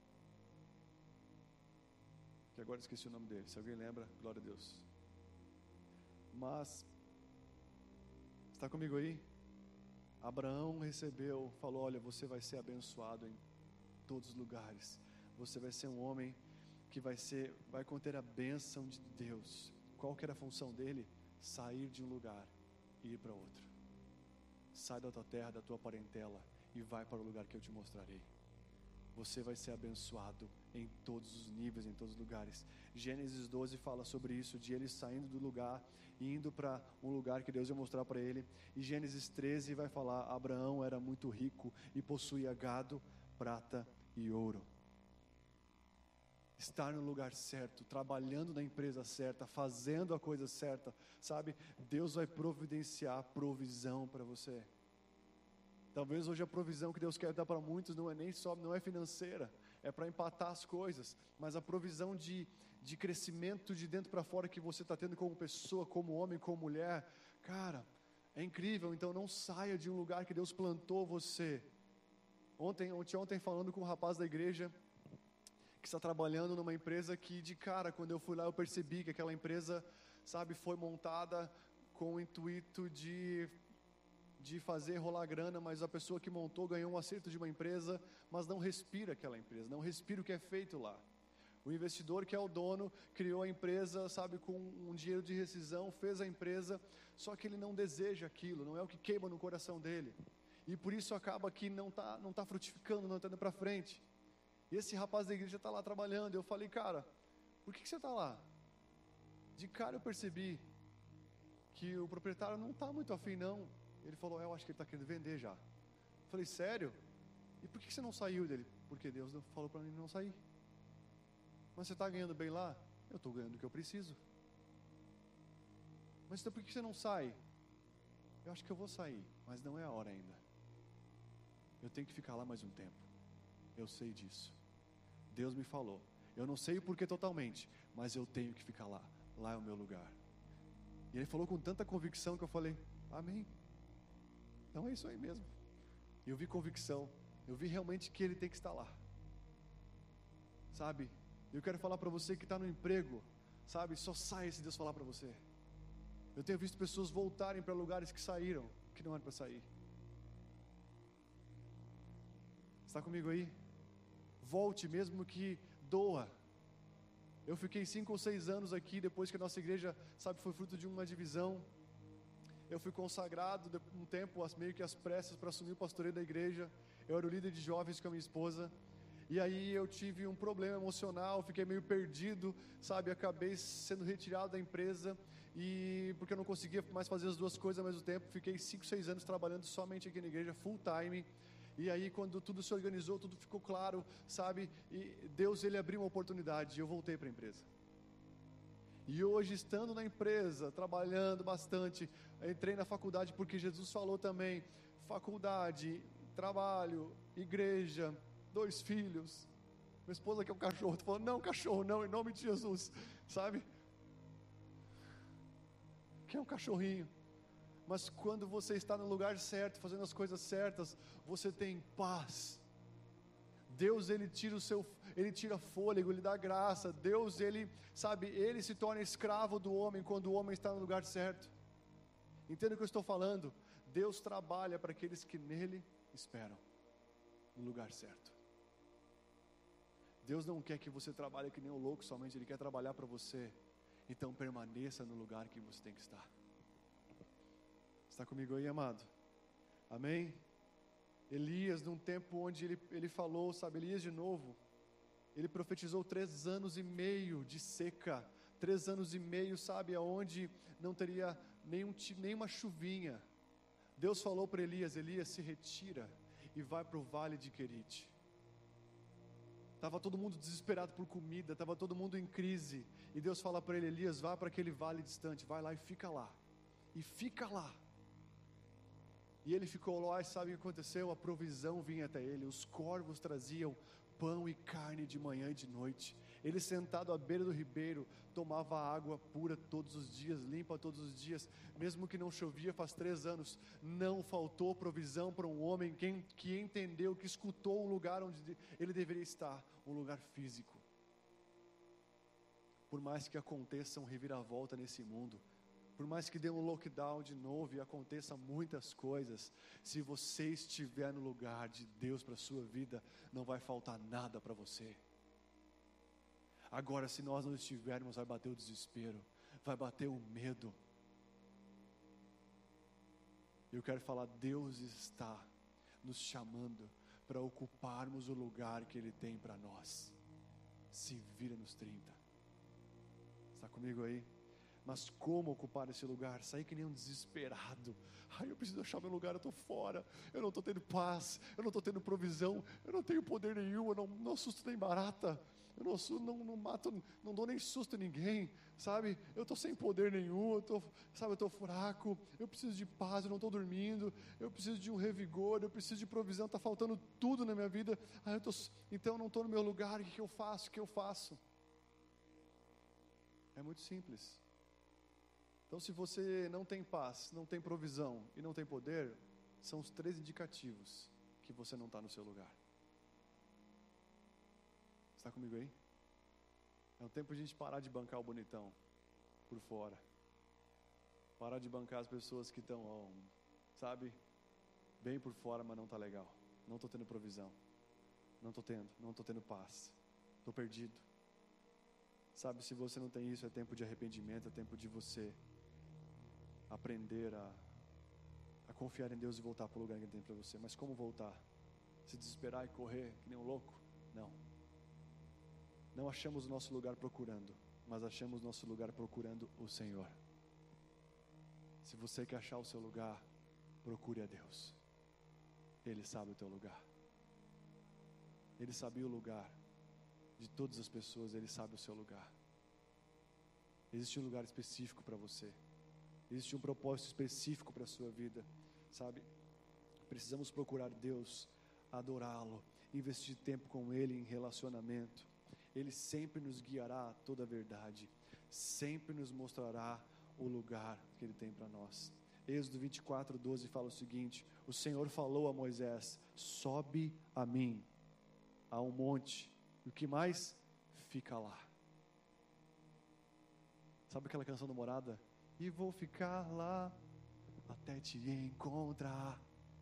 Que agora esqueci o nome dele, se alguém lembra, glória a Deus. Mas, está comigo aí? Abraão recebeu, falou, olha, você vai ser abençoado em todos os lugares. Você vai ser um homem que vai ser, vai conter a bênção de Deus. Qual que era a função dele? Sair de um lugar e ir para outro. Sai da tua terra, da tua parentela e vai para o lugar que eu te mostrarei. Você vai ser abençoado em todos os níveis, em todos os lugares. Gênesis doze fala sobre isso, de ele saindo do lugar e indo para um lugar que Deus ia mostrar para ele. E Gênesis treze vai falar, Abraão era muito rico e possuía gado, prata e ouro. Estar no lugar certo, trabalhando na empresa certa, fazendo a coisa certa, sabe? Deus vai providenciar provisão para você. Talvez hoje a provisão que Deus quer dar para muitos não é nem só, não é financeira, é para empatar as coisas, mas a provisão de, de crescimento de dentro para fora que você está tendo como pessoa, como homem, como mulher, cara, é incrível. Então não saia de um lugar que Deus plantou você. Ontem, ontem, ontem falando com um rapaz da igreja, que está trabalhando numa empresa que de cara, quando eu fui lá eu percebi que aquela empresa, sabe, foi montada com o intuito de... de fazer rolar grana, mas a pessoa que montou ganhou um acerto de uma empresa, mas não respira aquela empresa, não respira o que é feito lá. O investidor que é o dono, criou a empresa, sabe, com um dinheiro de rescisão, fez a empresa, só que ele não deseja aquilo, não é o que queima no coração dele. E por isso acaba que não está não tá frutificando, não está indo para frente. E esse rapaz da igreja está lá trabalhando, eu falei, cara, por que, que você está lá? De cara eu percebi que o proprietário não está muito afim não. Ele falou, eu acho que ele está querendo vender já. Eu falei, sério? E por que você não saiu dele? Porque Deus falou para mim não sair. Mas você está ganhando bem lá? Eu estou ganhando o que eu preciso. Mas então por que você não sai? Eu acho que eu vou sair, mas não é a hora ainda. Eu tenho que ficar lá mais um tempo. Eu sei disso. Deus me falou. Eu não sei o porquê totalmente, mas eu tenho que ficar lá. Lá é o meu lugar. E ele falou com tanta convicção que eu falei, amém. Então é isso aí mesmo. Eu vi convicção, eu vi realmente que ele tem que estar lá. Sabe, eu quero falar para você que está no emprego, sabe, só sai se Deus falar para você. Eu tenho visto pessoas voltarem para lugares que saíram, que não eram para sair. Está comigo aí? Volte mesmo que doa. Eu fiquei cinco ou seis anos aqui, depois que a nossa igreja, sabe, foi fruto de uma divisão. Eu fui consagrado um tempo, meio que às pressas, para assumir o pastoreio da igreja. Eu era o líder de jovens com a minha esposa. E aí eu tive um problema emocional, fiquei meio perdido, sabe? Acabei sendo retirado da empresa, e porque eu não conseguia mais fazer as duas coisas ao mesmo tempo. Fiquei cinco, seis anos trabalhando somente aqui na igreja, full time. E aí quando tudo se organizou, tudo ficou claro, sabe? E Deus, Ele abriu uma oportunidade e eu voltei para a empresa. E hoje, estando na empresa, trabalhando bastante, entrei na faculdade porque Jesus falou também, faculdade, trabalho, igreja, dois filhos. Minha esposa quer um cachorro, tu falou, não, cachorro não, em nome de Jesus, sabe? Quer um cachorrinho. Mas quando você está no lugar certo, fazendo as coisas certas, você tem paz. Deus, Ele tira o seu, Ele tira fôlego, Ele dá graça. Deus, Ele, sabe, Ele se torna escravo do homem quando o homem está no lugar certo. Entenda o que eu estou falando? Deus trabalha para aqueles que nele esperam, no lugar certo. Deus não quer que você trabalhe que nem um louco somente, Ele quer trabalhar para você. Então permaneça no lugar que você tem que estar. Está comigo aí, amado? Amém? Elias, num tempo onde ele, ele falou, sabe, Elias de novo, ele profetizou três anos e meio de seca, três anos e meio, sabe, aonde não teria nenhum, nenhuma chuvinha. Deus falou para Elias, Elias, se retira e vai para o vale de Querite. Estava todo mundo desesperado por comida, estava todo mundo em crise, e Deus fala para ele, Elias, vá para aquele vale distante, vai lá e fica lá, e fica lá. E ele ficou lá, e sabe o que aconteceu? A provisão vinha até ele, os corvos traziam pão e carne de manhã e de noite. Ele sentado à beira do ribeiro, tomava água pura todos os dias, limpa todos os dias, mesmo que não chovia faz três anos, não faltou provisão para um homem que, que entendeu, que escutou o lugar onde ele deveria estar, um lugar físico. Por mais que aconteça um reviravolta nesse mundo, por mais que dê um lockdown de novo e aconteça muitas coisas, se você estiver no lugar de Deus para a sua vida, não vai faltar nada para você. Agora, se nós não estivermos, vai bater o desespero, vai bater o medo. Eu quero falar, Deus está nos chamando para ocuparmos o lugar que Ele tem para nós. Se vira nos trinta. Está comigo aí? Mas como ocupar esse lugar? Sair que nem um desesperado. Ai, eu preciso achar meu lugar, eu estou fora. Eu não estou tendo paz, eu não estou tendo provisão, eu não tenho poder nenhum, eu não, não assusto nem barata. Eu não, não, não mato, não dou nem susto a ninguém, sabe? Eu estou sem poder nenhum, eu tô, sabe, eu estou fraco, eu preciso de paz, eu não estou dormindo, eu preciso de um revigor, eu preciso de provisão, está faltando tudo na minha vida. Ai, eu tô, então eu não estou no meu lugar, o que eu faço? O que eu faço? É muito simples. Então, se você não tem paz, não tem provisão e não tem poder, são os três indicativos que você não está no seu lugar. Está comigo aí? É o tempo de a gente parar de bancar o bonitão por fora. Parar de bancar as pessoas que estão, oh, sabe, bem por fora, mas não está legal. Não estou tendo provisão. Não estou tendo, não estou tendo paz. Estou perdido. Sabe, se você não tem isso, é tempo de arrependimento, é tempo de você aprender a, a confiar em Deus e voltar para o lugar que Ele tem para você. Mas como voltar? Se desesperar e correr que nem um louco? Não. Não achamos o nosso lugar procurando, mas achamos o nosso lugar procurando o Senhor. Se você quer achar o seu lugar, procure a Deus. Ele sabe o teu lugar. Ele sabia o lugar de todas as pessoas, Ele sabe o seu lugar. Existe um lugar específico para você. Existe um propósito específico para a sua vida, sabe? Precisamos procurar Deus, adorá-lo, investir tempo com Ele em relacionamento. Ele sempre nos guiará a toda a verdade, sempre nos mostrará o lugar que Ele tem para nós. Êxodo vinte e quatro, doze fala o seguinte: o Senhor falou a Moisés, sobe a mim, a um monte, e o que mais? Fica lá. Sabe aquela canção do Morada? E vou ficar lá até te encontrar.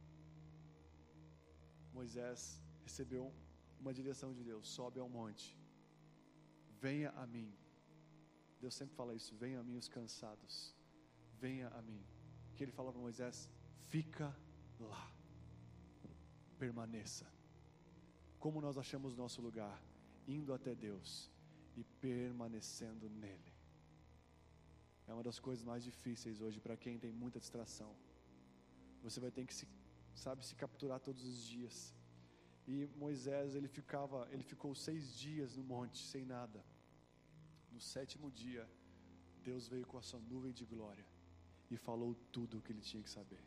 Moisés recebeu uma direção de Deus, sobe ao monte, venha a mim. Deus sempre fala isso, venha a mim os cansados, venha a mim. Que Ele fala para Moisés, fica lá, permaneça. Como nós achamos nosso lugar? Indo até Deus e permanecendo nele. É uma das coisas mais difíceis hoje para quem tem muita distração. Você vai ter que se, sabe, se capturar todos os dias. E Moisés, ele ficava, ele ficou seis dias no monte, sem nada. No sétimo dia, Deus veio com a sua nuvem de glória e falou tudo o que ele tinha que saber.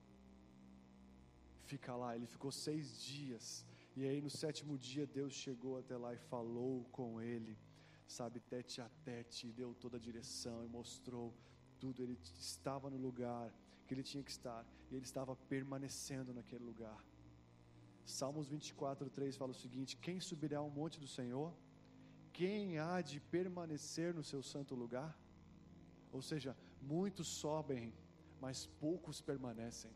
Fica lá, ele ficou seis dias. E aí no sétimo dia, Deus chegou até lá e falou com ele, sabe, tete a tete, e deu toda a direção e mostrou tudo. Ele estava no lugar que ele tinha que estar, e ele estava permanecendo naquele lugar. Salmos vinte e quatro, três fala o seguinte: quem subirá ao monte do Senhor? Quem há de permanecer no seu santo lugar? Ou seja, muitos sobem, mas poucos permanecem.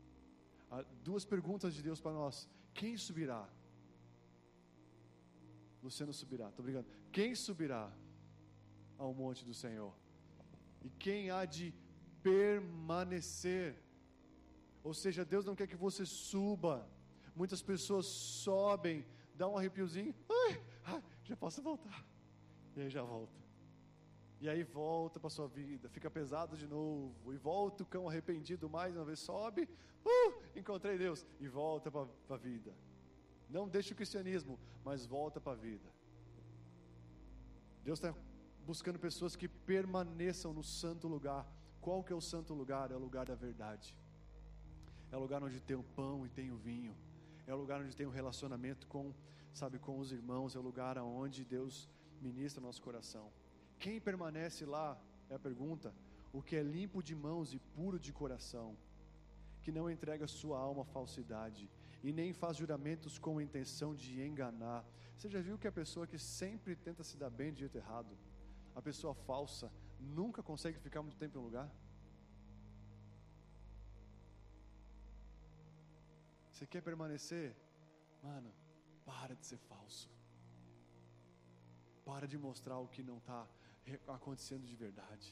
Há duas perguntas de Deus para nós: quem subirá? Luciano subirá, estou brincando. Quem subirá ao monte do Senhor? E quem há de permanecer? Ou seja, Deus não quer que você suba. Muitas pessoas sobem, dá um arrepiozinho, ai, ai, já posso voltar. E aí já volta. E aí volta para a sua vida, fica pesado de novo, e volta o cão arrependido mais uma vez, sobe, uh, encontrei Deus, e volta para a vida. Não deixa o cristianismo, mas volta para a vida. Deus está buscando pessoas que permaneçam no santo lugar. Qual que é o santo lugar? É o lugar da verdade. É o lugar onde tem o pão e tem o vinho. É o lugar onde tem o relacionamento com, sabe, com os irmãos. É o lugar onde Deus ministra nosso coração. Quem permanece lá, é a pergunta, o que é limpo de mãos e puro de coração, que não entrega sua alma à falsidade, e nem faz juramentos com a intenção de enganar. Você já viu que a pessoa que sempre tenta se dar bem de jeito errado, a pessoa falsa, nunca consegue ficar muito tempo em um lugar? Você quer permanecer? Mano, para de ser falso. Para de mostrar o que não está acontecendo de verdade.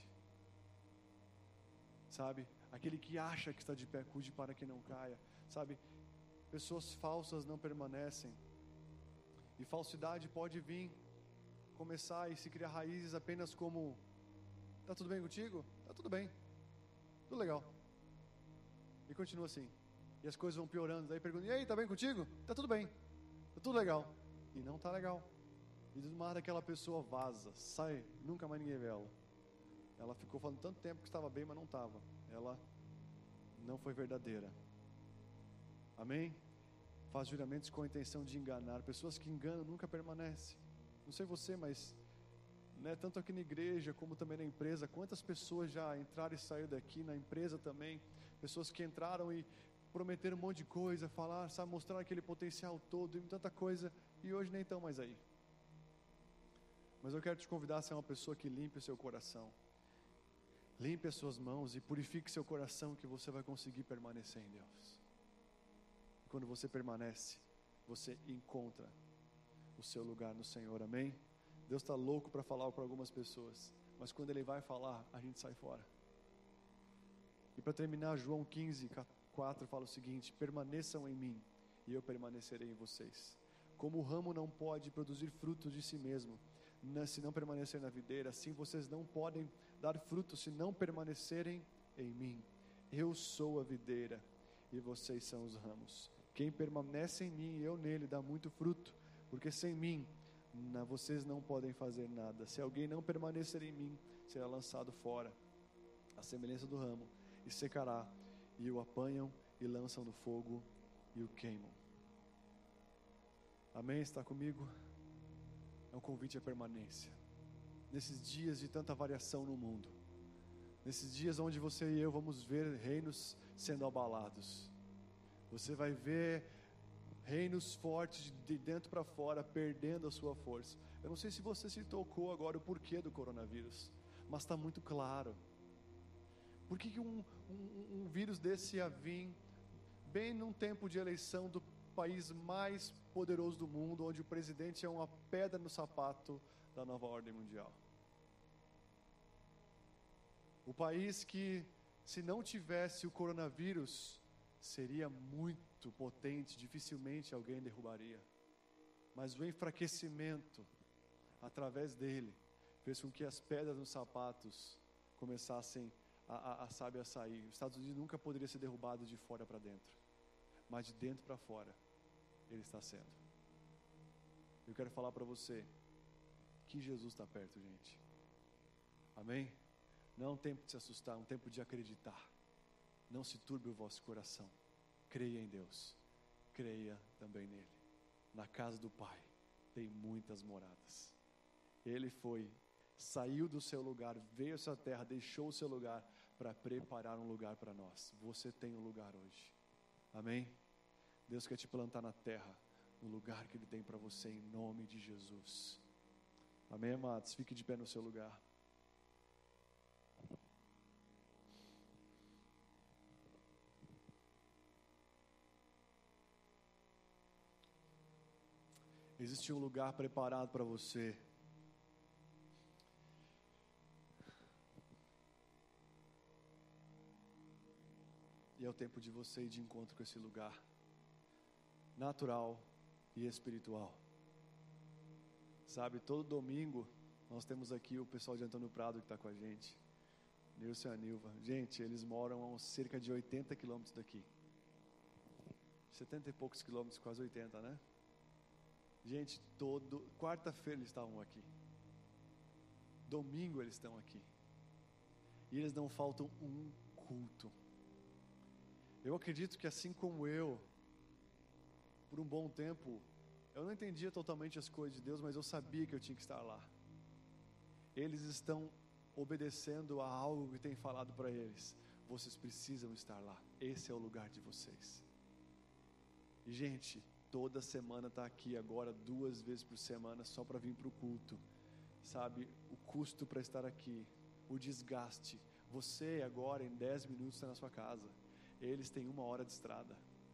Sabe? Aquele que acha que está de pé, cuide para que não caia. Sabe? Pessoas falsas não permanecem. E falsidade pode vir, começar e se criar raízes apenas como: tá tudo bem contigo? Tá tudo bem. Tudo legal. E continua assim. E as coisas vão piorando. Daí pergunta: e aí, tá bem contigo? Tá tudo bem. Tá tudo legal. E não tá legal. E do nada aquela pessoa vaza, sai, nunca mais ninguém vê ela. Ela ficou falando tanto tempo que estava bem, mas não estava. Ela não foi verdadeira. Amém? Faz juramentos com a intenção de enganar. Pessoas que enganam nunca permanecem. Não sei você, mas né, tanto aqui na igreja como também na empresa, quantas pessoas já entraram e saíram daqui, na empresa também, pessoas que entraram e prometeram um monte de coisa, falaram, sabe, mostraram aquele potencial todo e tanta coisa, e hoje nem estão mais aí. Mas eu quero te convidar a ser uma pessoa que limpe o seu coração. Limpe as suas mãos e purifique seu coração, que você vai conseguir permanecer em Deus. Quando você permanece, você encontra o seu lugar no Senhor, amém? Deus está louco para falar para algumas pessoas, mas quando Ele vai falar, a gente sai fora. E para terminar, João quinze, quatro fala o seguinte: permaneçam em mim e eu permanecerei em vocês. Como o ramo não pode produzir frutos de si mesmo, se não permanecer na videira, assim vocês não podem dar frutos se não permanecerem em mim. Eu sou a videira e vocês são os ramos. Quem permanece em mim e eu nele dá muito fruto, porque sem mim não, vocês não podem fazer nada. Se alguém não permanecer em mim, será lançado fora, à semelhança do ramo, e secará, e o apanham e lançam no fogo e o queimam. Amém? Está comigo? É um convite à permanência. Nesses dias de tanta variação no mundo, nesses dias onde você e eu vamos ver reinos sendo abalados, você vai ver reinos fortes de dentro para fora perdendo a sua força. Eu não sei se você se tocou agora o porquê do coronavírus, mas está muito claro. Por que, que um, um, um vírus desse ia vir bem num tempo de eleição do país mais poderoso do mundo, onde o presidente é uma pedra no sapato da nova ordem mundial? O país que, se não tivesse o coronavírus, seria muito potente, dificilmente alguém derrubaria. Mas o enfraquecimento, através dele, fez com que as pedras nos sapatos começassem a, a, a, sabe, a sair. Os Estados Unidos nunca poderia ser derrubado de fora para dentro, mas de dentro para fora, ele está sendo. Eu quero falar para você que Jesus está perto, gente. Amém? Não é um tempo de se assustar, é um tempo de acreditar. Não se turbe o vosso coração. Creia em Deus. Creia também nele. Na casa do Pai tem muitas moradas. Ele foi, saiu do seu lugar, veio à sua terra, deixou o seu lugar para preparar um lugar para nós. Você tem um lugar hoje. Amém? Deus quer te plantar na terra, no lugar que Ele tem para você, em nome de Jesus. Amém, amados? Fique de pé no seu lugar. Existe um lugar preparado para você. E é o tempo de você ir de encontro com esse lugar natural e espiritual. Sabe, todo domingo nós temos aqui o pessoal de Antônio Prado que está com a gente, Nilson e a Nilva. Gente, eles moram a uns cerca de oitenta quilômetros daqui. setenta e poucos quilômetros, quase oitenta, né? Gente, todo quarta-feira eles estavam aqui. Domingo eles estão aqui. E eles não faltam um culto. Eu acredito que assim como eu, por um bom tempo, eu não entendia totalmente as coisas de Deus, mas eu sabia que eu tinha que estar lá. Eles estão obedecendo a algo que tem falado para eles. Vocês precisam estar lá. Esse é o lugar de vocês. E gente, toda semana está aqui agora, duas vezes por semana, só para vir para o culto. Sabe, o custo para estar aqui, o desgaste. Você agora em dez minutos está na sua casa. Eles têm uma hora de estrada.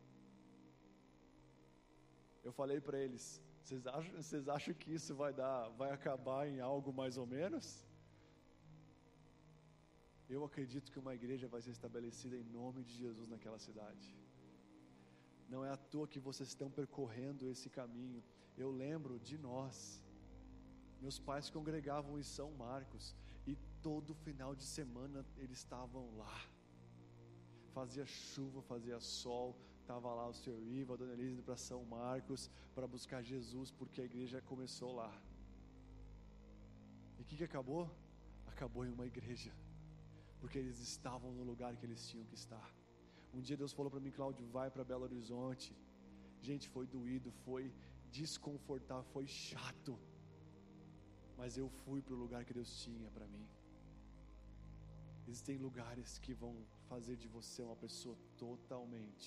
Eu falei para eles, vocês acham, vocês acham que isso vai dar, vai acabar em algo mais ou menos? Eu acredito que uma igreja vai ser estabelecida em nome de Jesus naquela cidade. Não é à toa que vocês estão percorrendo esse caminho. Eu lembro de nós. Meus pais congregavam em São Marcos e todo final de semana eles estavam lá. Fazia chuva, fazia sol, estava lá o senhor Ivo, a dona Elisa indo para São Marcos para buscar Jesus, porque a igreja começou lá. E o que, que acabou? Acabou em uma igreja, porque eles estavam no lugar que eles tinham que estar. Um dia Deus falou para mim, Cláudio, vai para Belo Horizonte. Gente, foi doído, foi desconfortável, foi chato, mas eu fui para o lugar que Deus tinha para mim. Existem lugares que vão fazer de você uma pessoa totalmente,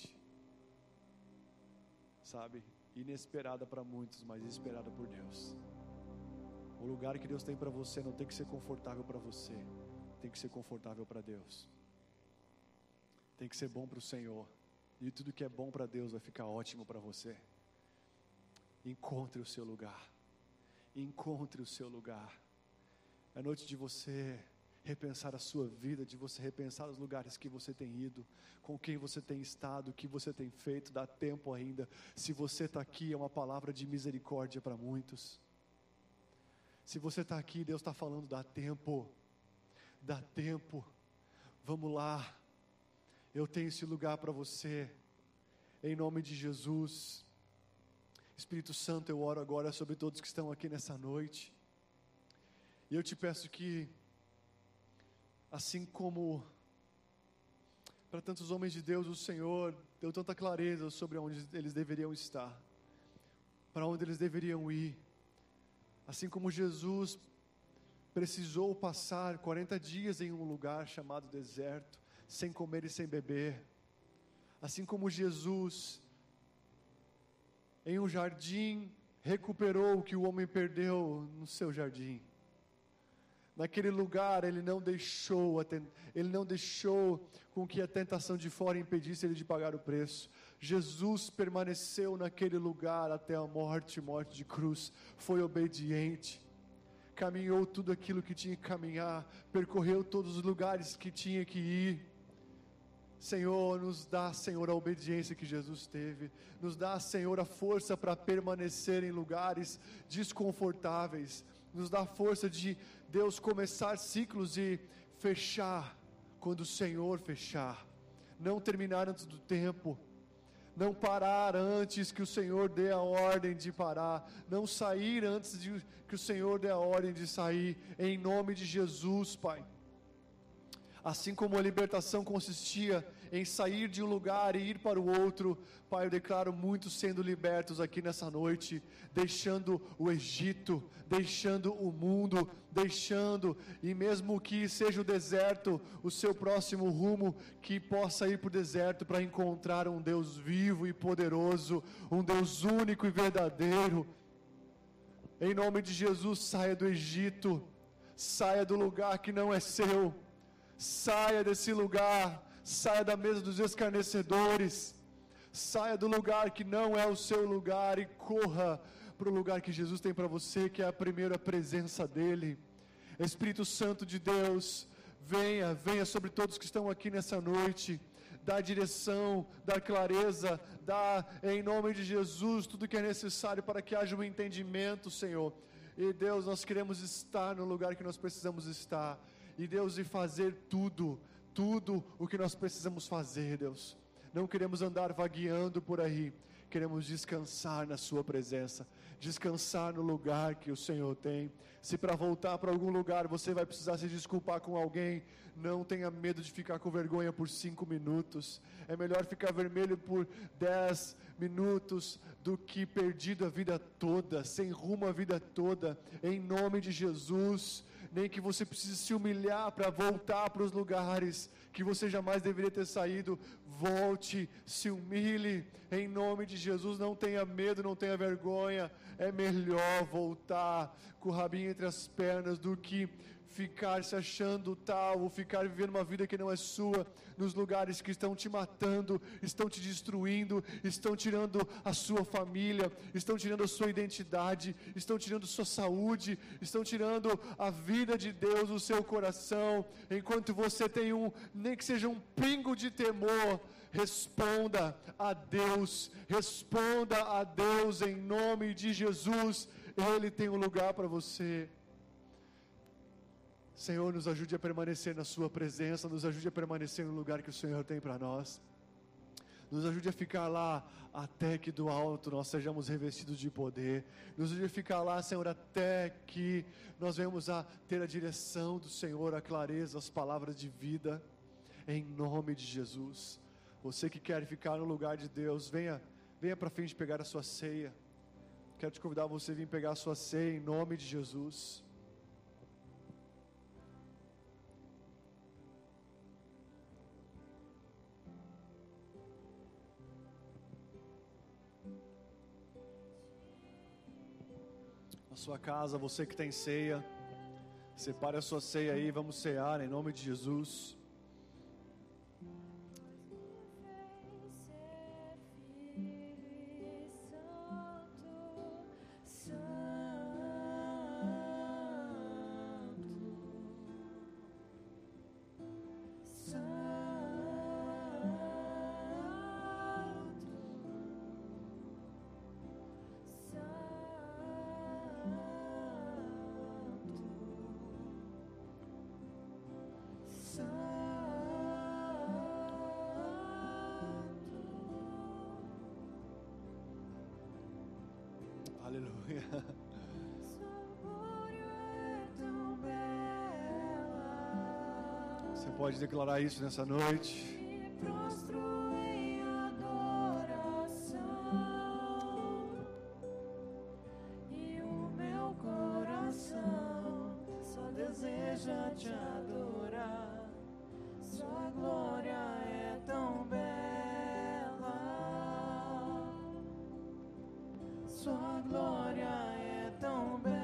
sabe, inesperada para muitos, mas esperada por Deus. O lugar que Deus tem para você não tem que ser confortável para você, tem que ser confortável para Deus. Tem que ser bom para o Senhor. E tudo que é bom para Deus vai ficar ótimo para você. Encontre o seu lugar. Encontre o seu lugar. É noite de você repensar a sua vida, de você repensar os lugares que você tem ido, com quem você tem estado, o que você tem feito. Dá tempo ainda. Se você está aqui, é uma palavra de misericórdia para muitos. Se você está aqui, Deus está falando, dá tempo. Dá tempo. Vamos lá. Eu tenho esse lugar para você, em nome de Jesus. Espírito Santo, eu oro agora sobre todos que estão aqui nessa noite, e eu te peço que, assim como para tantos homens de Deus, o Senhor deu tanta clareza sobre onde eles deveriam estar, para onde eles deveriam ir, assim como Jesus precisou passar quarenta dias em um lugar chamado deserto, sem comer e sem beber, assim como Jesus em um jardim recuperou o que o homem perdeu no seu jardim. Naquele lugar ele não deixou, ele não deixou com que a tentação de fora impedisse ele de pagar o preço. Jesus permaneceu naquele lugar até a morte, morte de cruz, foi obediente, caminhou tudo aquilo que tinha que caminhar, percorreu todos os lugares que tinha que ir. Senhor, nos dá, Senhor, a obediência que Jesus teve, nos dá, Senhor, a força para permanecer em lugares desconfortáveis, nos dá a força de, Deus, começar ciclos e fechar quando o Senhor fechar, não terminar antes do tempo, não parar antes que o Senhor dê a ordem de parar, não sair antes de que o Senhor dê a ordem de sair, em nome de Jesus, Pai. Assim como a libertação consistia em sair de um lugar e ir para o outro, Pai, eu declaro muitos sendo libertos aqui nessa noite, deixando o Egito, deixando o mundo, deixando, e mesmo que seja o deserto, o seu próximo rumo, que possa ir para o deserto para encontrar um Deus vivo e poderoso, um Deus único e verdadeiro. Em nome de Jesus, saia do Egito, saia do lugar que não é seu, saia desse lugar, saia da mesa dos escarnecedores, saia do lugar que não é o seu lugar e corra para o lugar que Jesus tem para você, que é a primeira presença dEle. Espírito Santo de Deus, venha, venha sobre todos que estão aqui nessa noite, dá direção, dá clareza, dá em nome de Jesus tudo que é necessário para que haja um entendimento, Senhor. E Deus, nós queremos estar no lugar que nós precisamos estar, e Deus, e fazer tudo, tudo o que nós precisamos fazer, Deus. Não queremos andar vagueando por aí, queremos descansar na sua presença, descansar no lugar que o Senhor tem. Se para voltar para algum lugar você vai precisar se desculpar com alguém, não tenha medo de ficar com vergonha por cinco minutos, é melhor ficar vermelho por dez minutos do que perdido a vida toda, sem rumo a vida toda, em nome de Jesus. Nem que você precise se humilhar para voltar para os lugares que você jamais deveria ter saído, volte, se humilhe, em nome de Jesus. Não tenha medo, não tenha vergonha, é melhor voltar com o rabinho entre as pernas do que ficar se achando tal, ou ficar vivendo uma vida que não é sua, nos lugares que estão te matando, estão te destruindo, estão tirando a sua família, estão tirando a sua identidade, estão tirando sua saúde, estão tirando a vida de Deus do seu coração. Enquanto você tem um, nem que seja um pingo de temor, responda a Deus, responda a Deus em nome de Jesus. Ele tem um lugar para você. Senhor, nos ajude a permanecer na sua presença, nos ajude a permanecer no lugar que o Senhor tem para nós, nos ajude a ficar lá até que do alto nós sejamos revestidos de poder, nos ajude a ficar lá, Senhor, até que nós venhamos a ter a direção do Senhor, a clareza, as palavras de vida, em nome de Jesus. Você que quer ficar no lugar de Deus, venha, venha para frente pegar a sua ceia. Quero te convidar a você vir pegar a sua ceia em nome de Jesus. Sua casa, você que tem ceia, separe a sua ceia aí, vamos cear em nome de Jesus. Aleluia. Você pode declarar isso nessa noite. E o meu coração só deseja te adorar. Sua glória é tão bela. Sua glória é tão bela.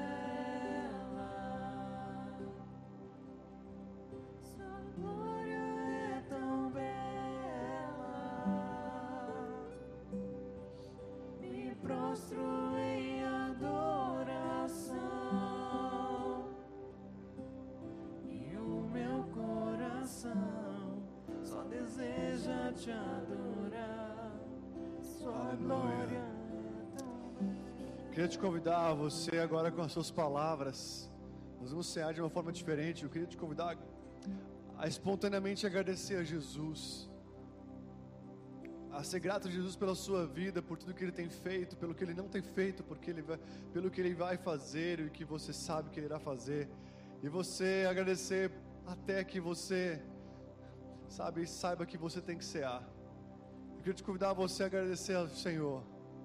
Sua glória é tão bela. Me prostro em adoração. E o meu coração só deseja te adorar. Sua Aleluia. glória. Queria te convidar, você agora com as suas palavras, nós vamos cear de uma forma diferente. Eu queria te convidar a espontaneamente agradecer a Jesus, a ser grato a Jesus pela sua vida, por tudo que Ele tem feito, pelo que Ele não tem feito, porque ele vai, pelo que Ele vai fazer e o que você sabe que Ele irá fazer, e você agradecer até que você sabe, saiba que você tem que cear. Eu queria te convidar a você a agradecer ao Senhor,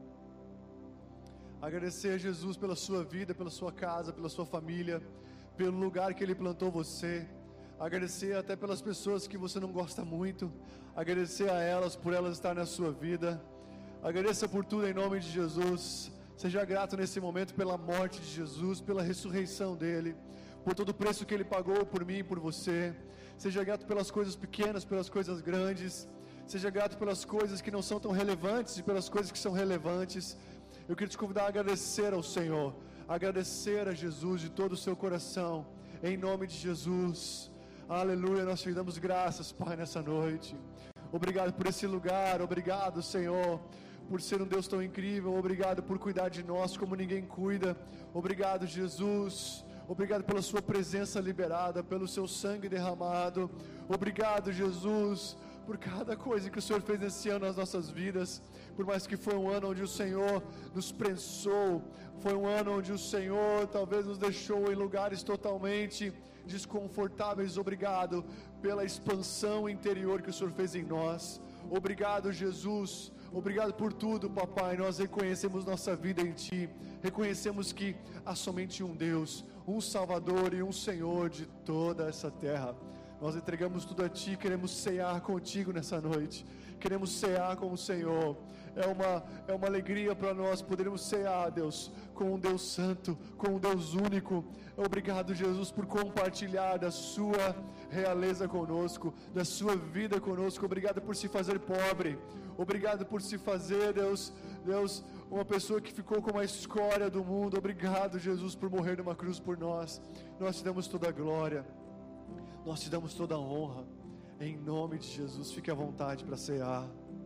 agradecer a Jesus pela sua vida, pela sua casa, pela sua família, pelo lugar que Ele plantou você, agradecer até pelas pessoas que você não gosta muito, agradecer a elas por elas estarem na sua vida. Agradeça por tudo em nome de Jesus. Seja grato nesse momento pela morte de Jesus, pela ressurreição dEle, por todo o preço que Ele pagou por mim e por você. Seja grato pelas coisas pequenas, pelas coisas grandes. Seja grato pelas coisas que não são tão relevantes e pelas coisas que são relevantes. Eu queria te convidar a agradecer ao Senhor, agradecer a Jesus de todo o seu coração, em nome de Jesus. Aleluia, nós te damos graças, Pai, nessa noite. Obrigado por esse lugar, obrigado, Senhor, por ser um Deus tão incrível, obrigado por cuidar de nós como ninguém cuida. Obrigado, Jesus, obrigado pela sua presença liberada, pelo seu sangue derramado. Obrigado, Jesus, por cada coisa que o Senhor fez nesse ano nas nossas vidas. Por mais que foi um ano onde o Senhor nos prensou, foi um ano onde o Senhor talvez nos deixou em lugares totalmente desconfortáveis. Obrigado pela expansão interior que o Senhor fez em nós. Obrigado, Jesus, obrigado por tudo, papai. Nós reconhecemos nossa vida em Ti, reconhecemos que há somente um Deus, um Salvador e um Senhor de toda essa terra. Nós entregamos tudo a Ti, queremos cear contigo nessa noite, queremos cear com o Senhor. É uma, é uma alegria para nós podermos cear, Deus, com um Deus santo, com um Deus único. Obrigado, Jesus, por compartilhar da sua realeza conosco, da sua vida conosco. Obrigado por se fazer pobre, obrigado por se fazer, Deus, Deus, uma pessoa que ficou como a escória do mundo. Obrigado, Jesus, por morrer numa cruz por nós. Nós te damos toda a glória, nós te damos toda a honra, em nome de Jesus. Fique à vontade para cear.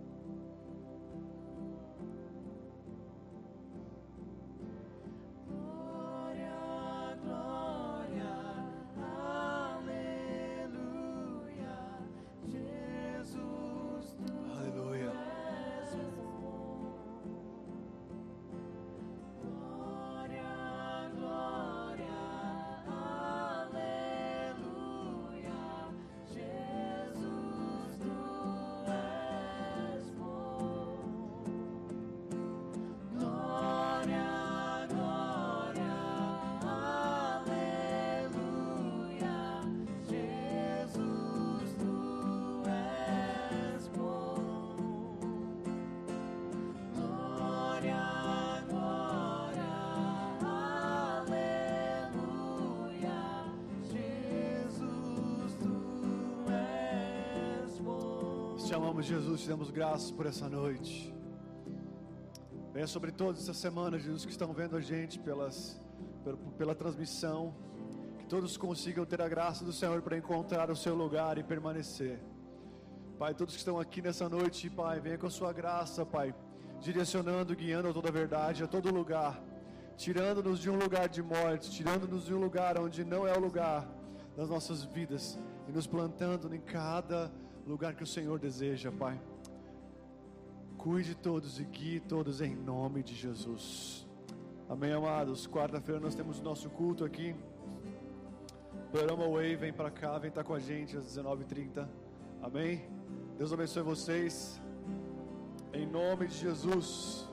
Te amamos, Jesus, te damos graças por essa noite. Venha sobre todos essa semana, Jesus, que estão vendo a gente pelas, pela, pela transmissão. Que todos consigam ter a graça do Senhor para encontrar o seu lugar e permanecer. Pai, todos que estão aqui nessa noite, Pai, venha com a sua graça, Pai, direcionando, guiando a toda a verdade, a todo lugar, tirando-nos de um lugar de morte, tirando-nos de um lugar onde não é o lugar das nossas vidas e nos plantando em cada lugar que o Senhor deseja, Pai. Cuide todos e guie todos em nome de Jesus. Amém, amados. Quarta-feira nós temos o nosso culto aqui. Pleroma Way, vem pra cá, vem estar com a gente às dezenove e trinta. Amém. Deus abençoe vocês. Em nome de Jesus.